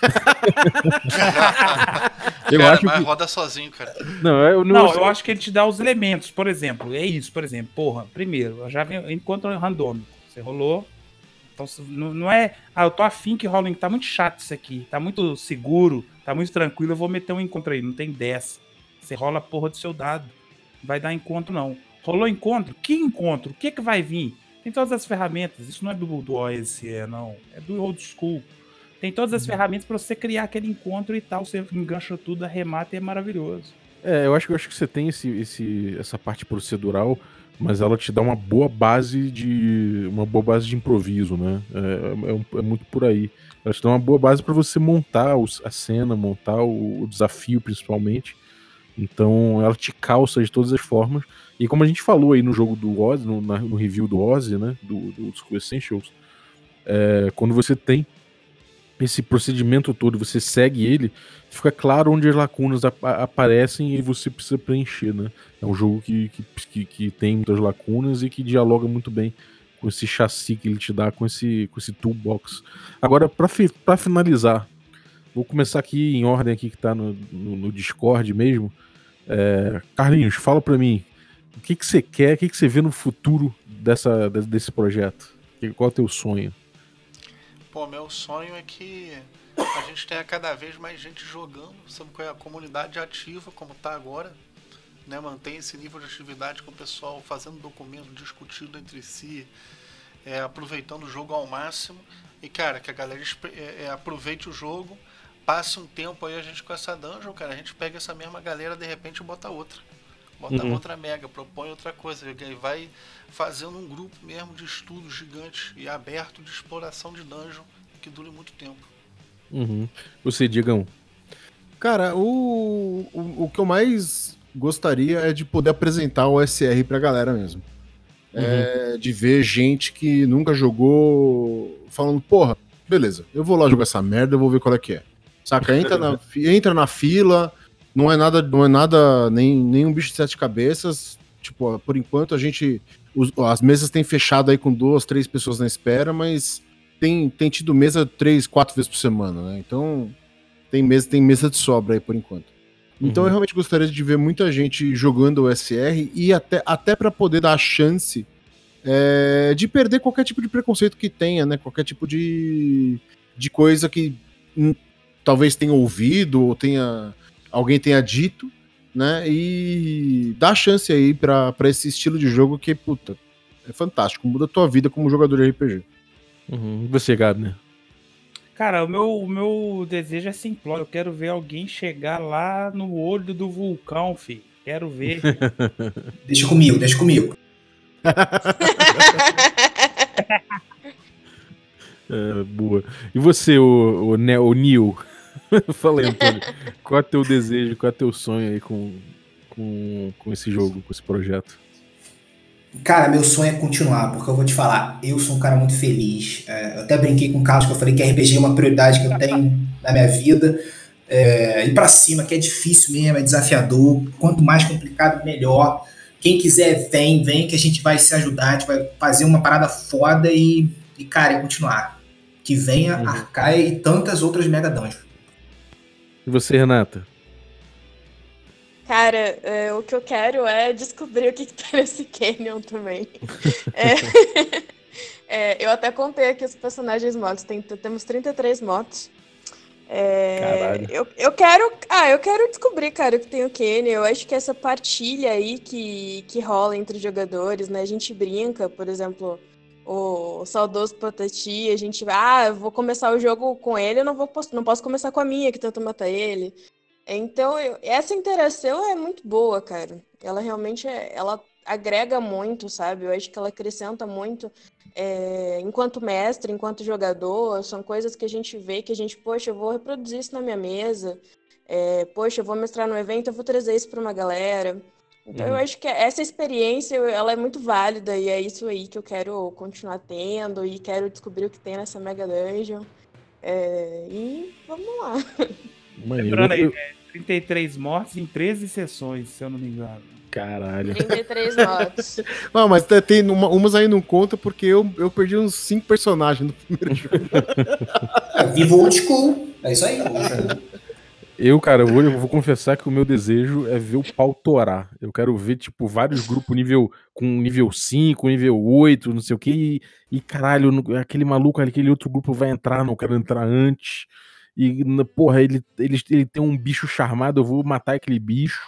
Eu
cara,
acho
mas
que...
roda sozinho, cara.
Não, eu não,
Não, eu acho que ele te dá os elementos, por exemplo. É isso, por exemplo. Porra, primeiro, eu já venho encontro randômico. Você rolou. Então, não, não é. Ah, eu tô afim que rola. Tá muito chato isso aqui. Tá muito seguro. Tá muito tranquilo. Eu vou meter um encontro aí. Não tem dessa. Você rola a porra do seu dado. Não vai dar encontro, não. Rolou encontro? Que encontro? O que que vai vir? Tem todas as ferramentas. Isso não é do, do O S E, não. É do old school. Tem todas as ferramentas pra você criar aquele encontro e tal. Você engancha tudo, arremata e é maravilhoso.
É, eu acho, eu acho que você tem esse, esse, essa parte procedural, mas ela te dá uma boa base de uma boa base de improviso, né? É, é, um- é muito por aí. Ela te dá uma boa base para você montar os- a cena, montar o, o desafio, principalmente. Então, ela te calça de todas as formas. E como a gente falou aí no jogo do Ozzy, no, na- no review do Ozzy, né? Do, do School Essentials, é, quando você tem esse procedimento todo, você segue ele, fica claro onde as lacunas apa- aparecem e você precisa preencher, né? É um jogo que, que, que, que tem muitas lacunas e que dialoga muito bem com esse chassi que ele te dá, com esse, com esse toolbox. Agora, para fi, pra finalizar, vou começar aqui em ordem aqui que tá no, no, no Discord mesmo. É, Carlinhos, fala pra mim, o que que você quer, o que que você vê no futuro dessa, de- desse projeto? Que- Qual é o teu sonho?
Pô, meu sonho é que a gente tenha cada vez mais gente jogando, sabe qual é a comunidade ativa, como tá agora, né? Mantém esse nível de atividade com o pessoal fazendo documento, discutindo entre si, é, aproveitando o jogo ao máximo. E, cara, que a galera espe- é, é, aproveite o jogo, passe um tempo aí a gente com essa dungeon, cara, a gente pega essa mesma galera, de repente bota outra. Bota
Uhum.
outra mega, propõe outra coisa, e vai fazendo um grupo mesmo de estudos gigantes e aberto de exploração de dungeon que dure muito tempo.
Uhum. Você, Diegão.
Cara, o, o, o que eu mais gostaria é de poder apresentar o S R pra galera mesmo. É, de ver gente que nunca jogou falando, porra, beleza, eu vou lá jogar essa merda, eu vou ver qual é que é. Saca? Entra na, fi- entra na fila, não é nada, não é nada, nem, nem um bicho de sete cabeças. Tipo, ó, por enquanto a gente. os- as mesas têm fechado aí com duas, três pessoas na espera, mas tem, tem tido mesa três, quatro vezes por semana, né? Então tem mesa, tem mesa de sobra aí por enquanto. Então
Uhum.
eu realmente gostaria de ver muita gente jogando o S R e até, até para poder dar a chance é, de perder qualquer tipo de preconceito que tenha, né? Qualquer tipo de, de coisa que hum, talvez tenha ouvido ou tenha alguém tenha dito né? E dá chance aí pra, pra esse estilo de jogo que, puta, é fantástico. Muda a tua vida como jogador de R P G.
Uhum. E você, Gabner?
Cara, o meu, o meu desejo é simplório. Eu quero ver alguém chegar lá no olho do vulcão, filho. Quero ver.
Deixa comigo, deixa comigo.
É, boa. E você, o, o, Ne- o Neil? Fala aí, Antônio. Qual é teu desejo, qual é teu sonho aí com, com, com esse jogo, com esse projeto?
Cara, meu sonho é continuar, porque eu vou te falar, eu sou um cara muito feliz. É, eu até brinquei com o Carlos que eu falei que R P G é uma prioridade que eu tenho na minha vida. É, ir pra cima, que é difícil mesmo, é desafiador. Quanto mais complicado, melhor. Quem quiser, vem, vem, que a gente vai se ajudar, a gente vai fazer uma parada foda e, e cara, e continuar. Que venha
Uhum.
Arcaia e tantas outras Mega Dungeons.
E você, Renata?
Cara, é, o que eu quero é descobrir o que, que tá nesse Canyon também. É, é, eu até contei aqui os personagens motos. Tem, temos trinta e três motos. É,
Caralho.
eu, eu quero. Ah, eu quero descobrir, cara, o que tem o Canyon. Eu acho que essa partilha aí que, que rola entre os jogadores, né? A gente brinca, por exemplo, o saudoso Patati, a gente vai, ah, eu vou começar o jogo com ele, eu não vou não posso começar com a minha, que tenta matar ele. Então, eu- essa interação é muito boa, cara. Ela realmente é- ela agrega muito, sabe? Eu acho que ela acrescenta muito é, enquanto mestre, enquanto jogador. São coisas que a gente vê que a gente, poxa, eu vou reproduzir isso na minha mesa. É, poxa, eu vou mestrar no evento, eu vou trazer isso para uma galera. Então, eu
Uhum.
acho que essa experiência, eu- ela é muito válida e é isso aí que eu quero continuar tendo e quero descobrir o que tem nessa Mega Dungeon. É, e vamos lá.
Maneiro.
Lembrando aí,
Eu-
é trinta e três mortes em treze sessões, se eu não me engano.
Caralho.
trinta e três motos.
Não, mas tem- tem uma- umas aí não conta porque eu, eu perdi uns cinco personagens no primeiro jogo.
É, viva o old school. É isso aí, old school.
Eu, cara, eu vou, eu vou confessar que o meu desejo é ver o pau torar. Eu quero ver, tipo, vários grupos nível com nível cinco, nível oito, não sei o que. E, e, caralho, no- aquele maluco, aquele outro grupo vai entrar, não quero entrar antes. E, na- porra, ele, ele, ele tem um bicho charmado, eu vou matar aquele bicho.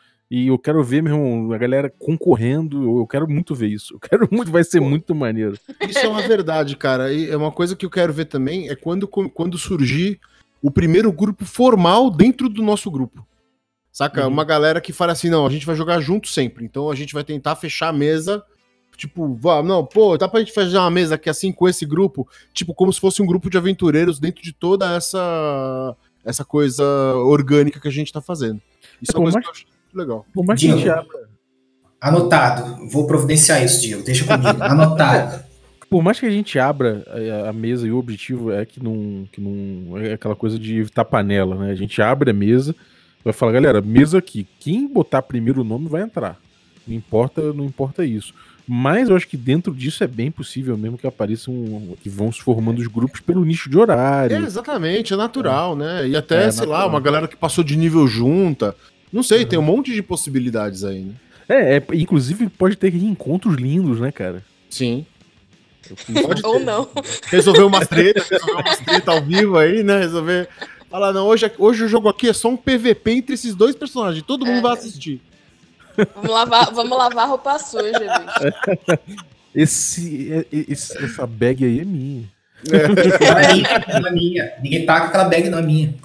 E eu quero ver, meu irmão, a galera concorrendo. Eu quero muito ver isso. Eu quero muito, vai ser
Pô.
muito maneiro.
Isso é uma verdade, cara. E é uma coisa que eu quero ver também é quando, quando surgir o primeiro grupo formal dentro do nosso grupo. Saca?
Uhum.
Uma galera que fala assim, não, a gente vai jogar junto sempre. Então a gente vai tentar fechar a mesa. Tipo, vá, não, pô, dá pra gente fazer uma mesa aqui assim com esse grupo, tipo, como se fosse um grupo de aventureiros dentro de toda essa essa coisa orgânica que a gente tá fazendo. Isso é
Pô,
uma coisa
mas-
que eu acho muito legal.
Por mais que a gente
Diego.
abra,
Anotado. Vou providenciar isso, Diego. Deixa comigo. Anotado.
por mais que a gente abra a, a mesa e o objetivo é que não, que não é aquela coisa de evitar panela, né? A gente abre a mesa, vai falar, galera, mesa aqui, quem botar primeiro o nome vai entrar. Não importa, não importa isso. Mas eu acho que dentro disso é bem possível mesmo que apareçam, que vão se formando os grupos pelo nicho de
É,
horário.
exatamente, é natural, né? E até,
É
sei lá,
natural.
uma galera que passou de nível junta. Não sei, tem um monte de possibilidades aí, né?
É, é, inclusive pode ter reencontros lindos, né, cara?
Sim.
Eu-
Pode
Ou
ter.
não.
Resolver umas tretas, resolver umas tretas ao vivo aí, né? Resolver. Falar, não, hoje, hoje o jogo aqui é só um P V P entre esses dois personagens. Todo mundo
É.
vai assistir.
Vamos lavar, vamos lavar roupa suja, bicho.
Esse, é- esse- essa bag aí é minha.
Não é minha, não é minha. Ninguém taca aquela bag, não é minha.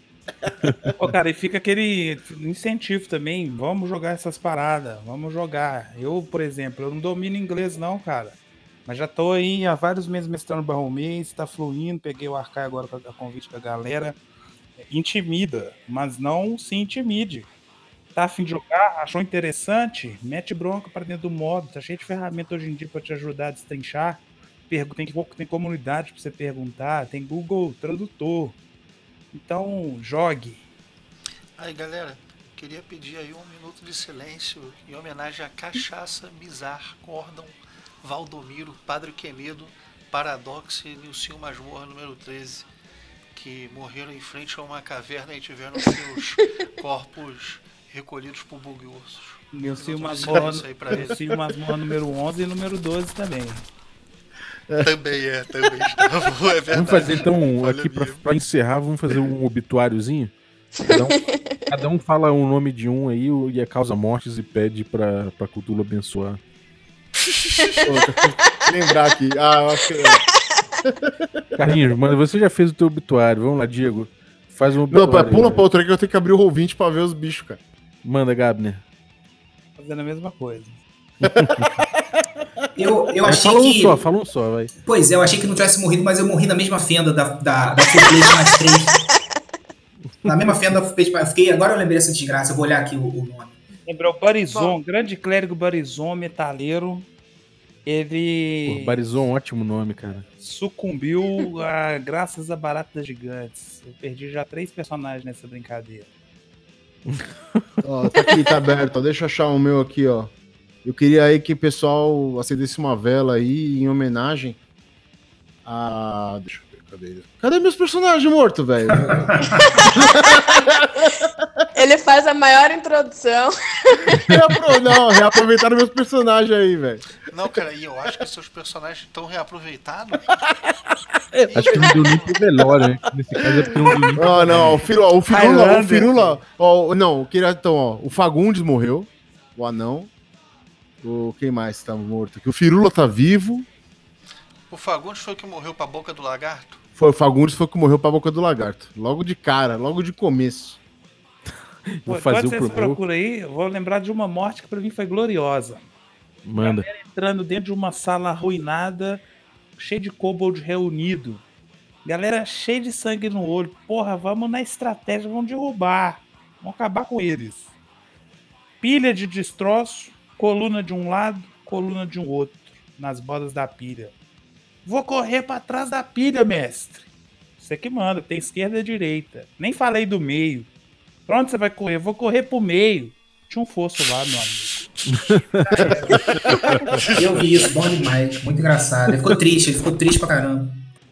Pô, cara, e fica aquele incentivo também, vamos jogar essas paradas, vamos jogar. Eu, por exemplo, eu não domino inglês não, cara. Mas já tô aí há vários meses mestrando Barromês, tá fluindo, peguei o Arcai agora com a convite da galera. Intimida, mas não se intimide. Tá a fim de jogar, achou interessante? Mete bronca pra dentro do modo, tá cheio de ferramenta hoje em dia pra te ajudar a destrinchar. Pergu- Tem, tem comunidade pra você perguntar, tem Google Tradutor. Então, jogue.
Aí, galera, queria pedir aí um minuto de silêncio em homenagem à Cachaça, Mizar, Gordon, Valdomiro, Padre Quemedo, Paradox e Nilcinho Masmorra número treze, que morreram em frente a uma caverna e tiveram seus corpos recolhidos por bug-ursos.
Nilcinho
Minuto de
Masmorra,
silêncio aí pra eles.
Nilcinho Masmorra número onze e número doze também.
Também é, também estava. É verdade.
Vamos fazer então,
Olha
aqui pra,
mesmo.
pra encerrar, vamos fazer um obituáriozinho? Cada um, Cada um fala o nome de um aí o- e causa mortes e pede pra, pra Cthulhu abençoar.
Pô, tem que lembrar aqui. Ah, eu acho que.
Carlinhos, mano, você já fez o teu obituário. Vamos lá, Diego. Faz um
Não,
obituário.
pá, pula
aí,
pra outra aí que eu tenho que abrir o roll vinte pra ver os bichos, cara.
Manda, Gabner.
Fazendo a mesma coisa.
Eu, eu
Mas
achei
fala um
que.
só, fala um só, vai.
Pois é, eu achei que não tivesse morrido, mas eu morri na mesma fenda da, da, da Full Plate mais três. Na mesma fenda da Full Plate mais. Fiquei, agora eu lembrei dessa desgraça, eu vou olhar aqui o, o nome.
Lembrou o Barizon, grande clérigo Barizon, metaleiro. Ele
Pô, Barizon, ótimo nome, cara.
sucumbiu a, graças a baratas gigantes. Eu perdi já três personagens nessa brincadeira.
Ó, tá aqui, tá aberto. Ó. Deixa eu achar o meu aqui, ó. Eu queria aí que o pessoal acendesse uma vela aí em homenagem a. Deixa eu ver, cadê ele? Cadê meus personagens mortos, velho?
Ele faz a maior introdução.
Reapro... Não, reaproveitaram meus personagens aí, velho.
Não, cara, e eu acho que seus personagens estão reaproveitados.
Acho que não deu nem pro velório, né? Nesse caso é porque não deu nem pro
Ó, não, o Firula, o Firula, o
Highlander.
Firula, ó, não, eu queria, então, ó, o Fagundes morreu, o anão, o, quem mais tá morto aqui? O Firula tá vivo,
O Fagundes foi o que morreu pra boca do lagarto.
foi o Fagundes foi o que morreu pra boca do lagarto, logo de cara, logo de começo.
Vou
Pô,
fazer
enquanto
o
vocês
pro meu.
procuram aí, eu vou lembrar de uma morte que pra mim foi gloriosa.
Manda.
Entrando dentro de uma sala arruinada, cheio de kobold reunido. Galera cheia de sangue no olho. Porra, vamos na estratégia, vamos derrubar. Vamos acabar com eles. Pilha de destroço, coluna de um lado, coluna de um outro, nas bordas da pilha. Vou correr pra trás da pilha, mestre. Você que manda, tem esquerda e direita. Nem falei do meio. Pra onde você vai correr? Vou correr pro meio. Tinha um fosso lá, meu amigo.
Eu vi isso, bom demais, muito engraçado. Ele ficou triste, ele ficou triste pra caramba.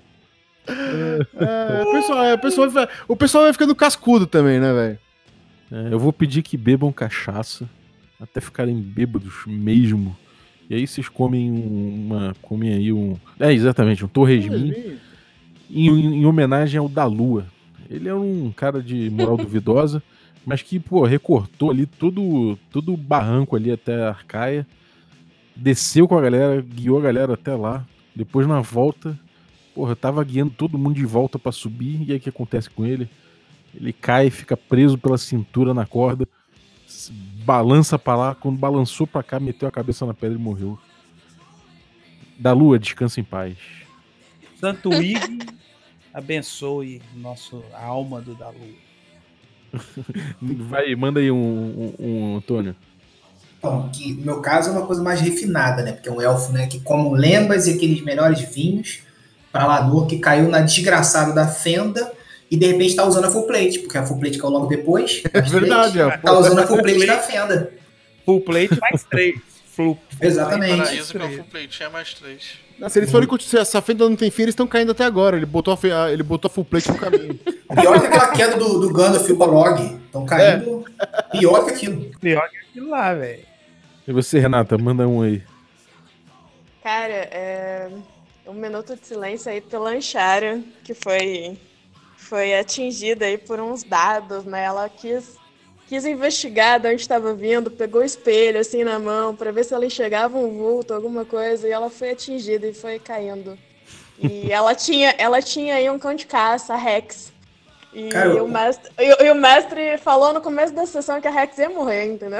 É, o, pessoal, é, o, pessoal vai, o pessoal vai ficando cascudo também, né, velho?
É, eu vou pedir que bebam cachaça até ficarem bêbados mesmo. E aí vocês comem um- uma. Comem aí um. É, exatamente, um torresmin em, em homenagem ao da Lua. Ele é um cara de moral duvidosa, mas que, pô, recortou ali todo, todo o barranco ali até a Arcaia, desceu com a galera, guiou a galera até lá. Depois, na volta, porra, tava guiando todo mundo de volta pra subir. E aí o que acontece com ele? Ele cai, fica preso pela cintura na corda, s- balança pra lá. Quando balançou pra cá, meteu a cabeça na pedra e morreu. Da Lua, descansa em paz.
Santo Igor, abençoe nosso, a alma do da lua.
Vai, manda aí um, um, um Antônio.
Bom, que no meu caso é uma coisa mais refinada, né? Porque é um elfo, né, que come lembas e aqueles melhores vinhos pra Lanor, que caiu na desgraçada da fenda e de repente tá usando a full plate, porque a full plate caiu logo depois.
É verdade, ó.
Tá usando a full plate da fenda.
Full plate mais três. Full,
Exatamente.
Paraíso que é o full plate, tinha mais três.
Se eles forem continuar, se essa fenda não tem fim, eles estão caindo até agora. Ele botou a, fe- a- ele botou a full plate no caminho.
Pior que aquela queda do, do Gandalf e o Balrog. Estão caindo pior que aquilo.
pior que aquilo lá, velho.
E você, Renata, manda um aí.
Cara, é... um minuto de silêncio aí pela Anchara, que foi, foi atingida aí por uns dados, né? Ela quis, quis investigar de onde estava vindo, pegou o espelho assim na mão para ver se ela enxergava um vulto, alguma coisa, e ela foi atingida e foi caindo. E ela tinha, ela tinha aí um cão de caça, a Rex. E,
Cara, eu-
o mestre, e, e o mestre falou no começo da sessão que a Rex ia morrer, entendeu?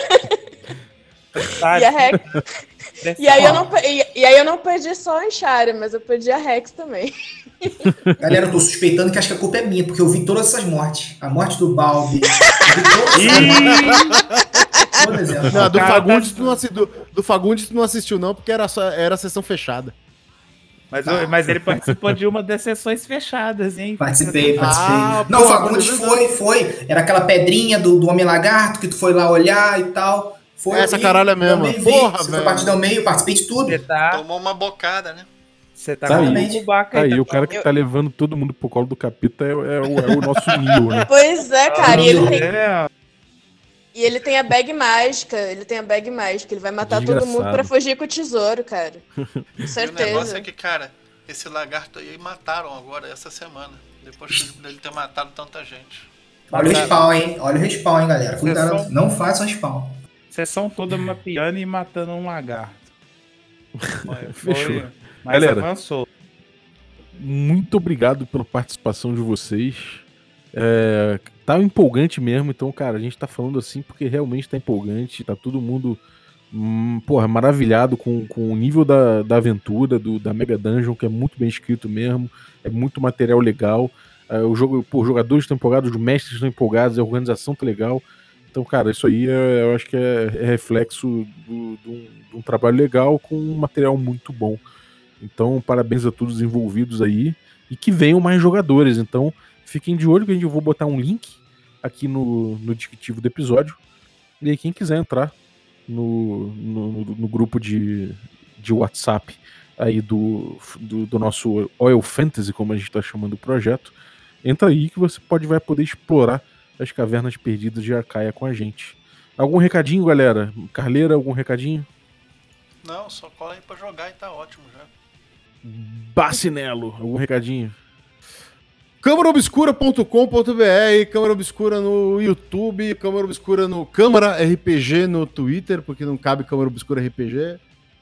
Sabe?
E a Rex. E aí, eu não, pe- e, e aí eu não perdi só a Anchara, mas eu perdi a Rex também.
Galera, eu tô suspeitando que acho que a culpa é minha, porque eu vi todas essas mortes. A morte do Balbi. Eu vi todas essas mortes. Todas elas.
Não, do
cara
Fagundes,
tá-
tu não assi- do, do Fagundes tu não assistiu, não, porque era, só, era a sessão fechada.
Mas, eu- mas ele participou de uma das sessões fechadas, hein?
Participei, participei.
Ah,
não,
pô,
o Fagundes
mas é
foi, foi. Era aquela pedrinha do, do Homem-Lagarto que tu foi lá olhar e tal. Foi,
Essa
eu vi,
caralho é mesmo.
também vi.
Porra,
Você foi
velho.
partida ao meio, participei de tudo.
Você tá,
Tomou uma bocada, né?
você tá
Tá
com
aí.
o Baca
Tá aí,
tá
o cara que
Eu-
tá levando todo mundo pro colo do capeta é, é o, é o nosso Neo, né?
Pois é, cara. E ele, tem,
É,
e ele tem a bag mágica. Ele tem a bag mágica. Ele vai matar todo mundo
Desgraçado.
pra fugir com o tesouro, cara. Com
E o negócio
certeza.
é que, cara, esse lagarto aí mataram agora, essa semana. Depois dele ter matado tanta gente.
Olha o respawn, hein? Olha o respawn, hein, galera. Cuidado,
Sessão-
não façam respawn.
Sessão toda mapeando e matando um lagarto. Foi-
Fechou.
foi- Mas
Galera.
avançou.
Muito obrigado pela participação de vocês. É, tá empolgante mesmo, então, cara, a gente tá falando assim porque realmente tá empolgante, tá todo mundo, hum, porra, maravilhado com, com o nível da, da aventura, do, da Mega Dungeon, que é muito bem escrito mesmo, é muito material legal. É, o jogo, pô, os jogadores estão empolgados, os mestres estão empolgados, a organização tá legal. Então, cara, isso aí é- eu acho que é, é reflexo do- de um, de um trabalho legal com um material muito bom. Então, parabéns a todos os envolvidos aí e que venham mais jogadores. Então, fiquem de olho que a gente eu vou botar um link aqui no, no descritivo do episódio. E aí, quem quiser entrar no, no, no grupo de, de WhatsApp aí do, do, do nosso Oil Fantasy, como a gente está chamando o projeto, entra aí que você pode vai poder explorar as cavernas perdidas de Arcaia com a gente. Algum recadinho, galera? Carleira, algum recadinho?
Não, só cola aí pra jogar e tá ótimo já.
Bacinelo, algum recadinho?
câmara obscura ponto com ponto b r, Câmara Obscura no YouTube, Câmara Obscura no Câmara R P G no Twitter, porque não cabe Câmara Obscura R P G.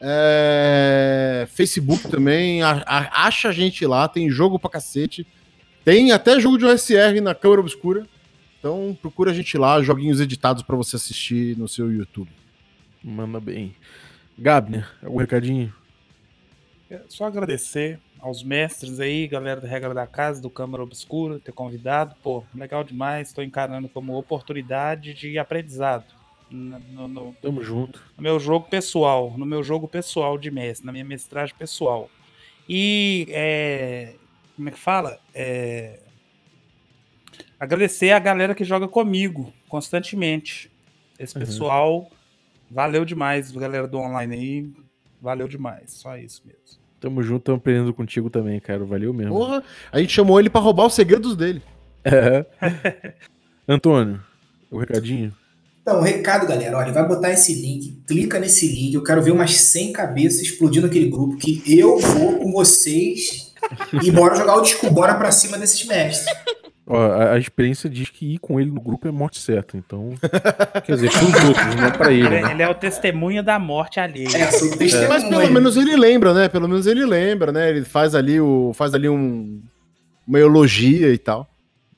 É, Facebook também, a- a- acha a gente lá, tem jogo pra cacete. Tem até jogo de O S R na Câmara Obscura. Então procura a gente lá, joguinhos editados pra você assistir no seu YouTube.
Manda bem. Gabner, algum recadinho?
É só agradecer aos mestres aí, galera da Regra da Casa, do Câmara Obscura, ter convidado. Pô, legal demais. Estou encarando como oportunidade de aprendizado. No, no- no-
Tamo junto.
no meu jogo pessoal, no meu jogo pessoal de mestre, na minha mestragem pessoal. E, é, como é que fala? É, agradecer a galera que joga comigo constantemente. Esse
Uhum.
pessoal, valeu demais, galera do online aí, valeu demais, só isso mesmo.
Tamo junto, tamo aprendendo contigo também, cara. Valeu mesmo.
Porra, a gente chamou ele pra roubar os segredos dele.
É. Antônio, o recadinho?
Então, recado, galera. Olha, vai botar esse link, clica nesse link. Eu quero ver umas cem cabeças explodindo aquele grupo, que eu vou com vocês e bora jogar o disco, bora pra cima desses mestres.
Ó, a, a experiência diz que ir com ele no grupo é morte certa, então. Quer dizer, pros outros, não é pra ele,
Ele,
né?
ele é o testemunha da morte alheia.
É, sou testemunha.
Mas pelo menos ele lembra, né? Pelo menos ele lembra, né? Ele faz ali, o, faz ali um, uma elogia e tal.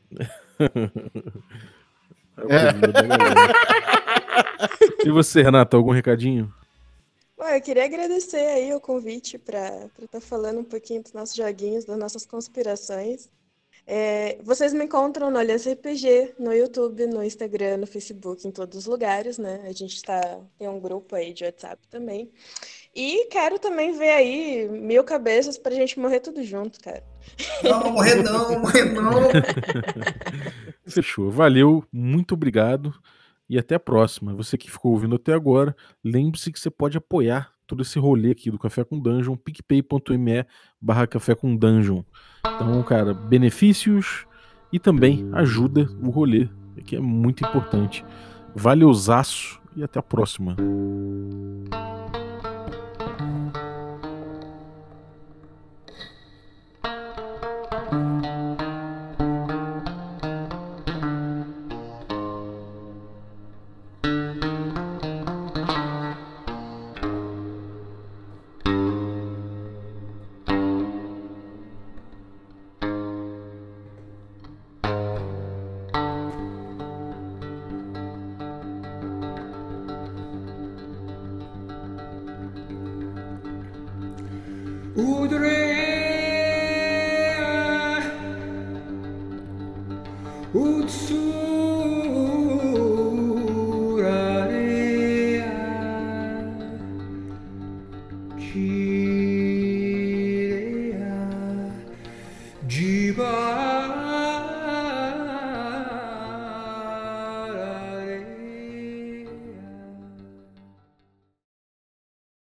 É o caminho da galera. E você, Renato, algum recadinho?
Bom, eu queria agradecer aí o convite para estar falando um pouquinho dos nossos joguinhos, das nossas conspirações. É, vocês me encontram no Aliança R P G, no YouTube, no Instagram, no Facebook, em todos os lugares, né? A gente tá, tem um grupo aí de WhatsApp também. E quero também ver aí mil cabeças pra gente morrer tudo junto, cara.
Não, não morrer não, não morrer não.
Fechou. Valeu, muito obrigado e até a próxima. Você que ficou ouvindo até agora, lembre-se que você pode apoiar todo esse rolê aqui do Café com Dungeon, picpay.me barra Café com Dungeon. Então, cara, benefícios e também ajuda o rolê, que é muito importante. Valeuzaço e até a próxima.
Jiva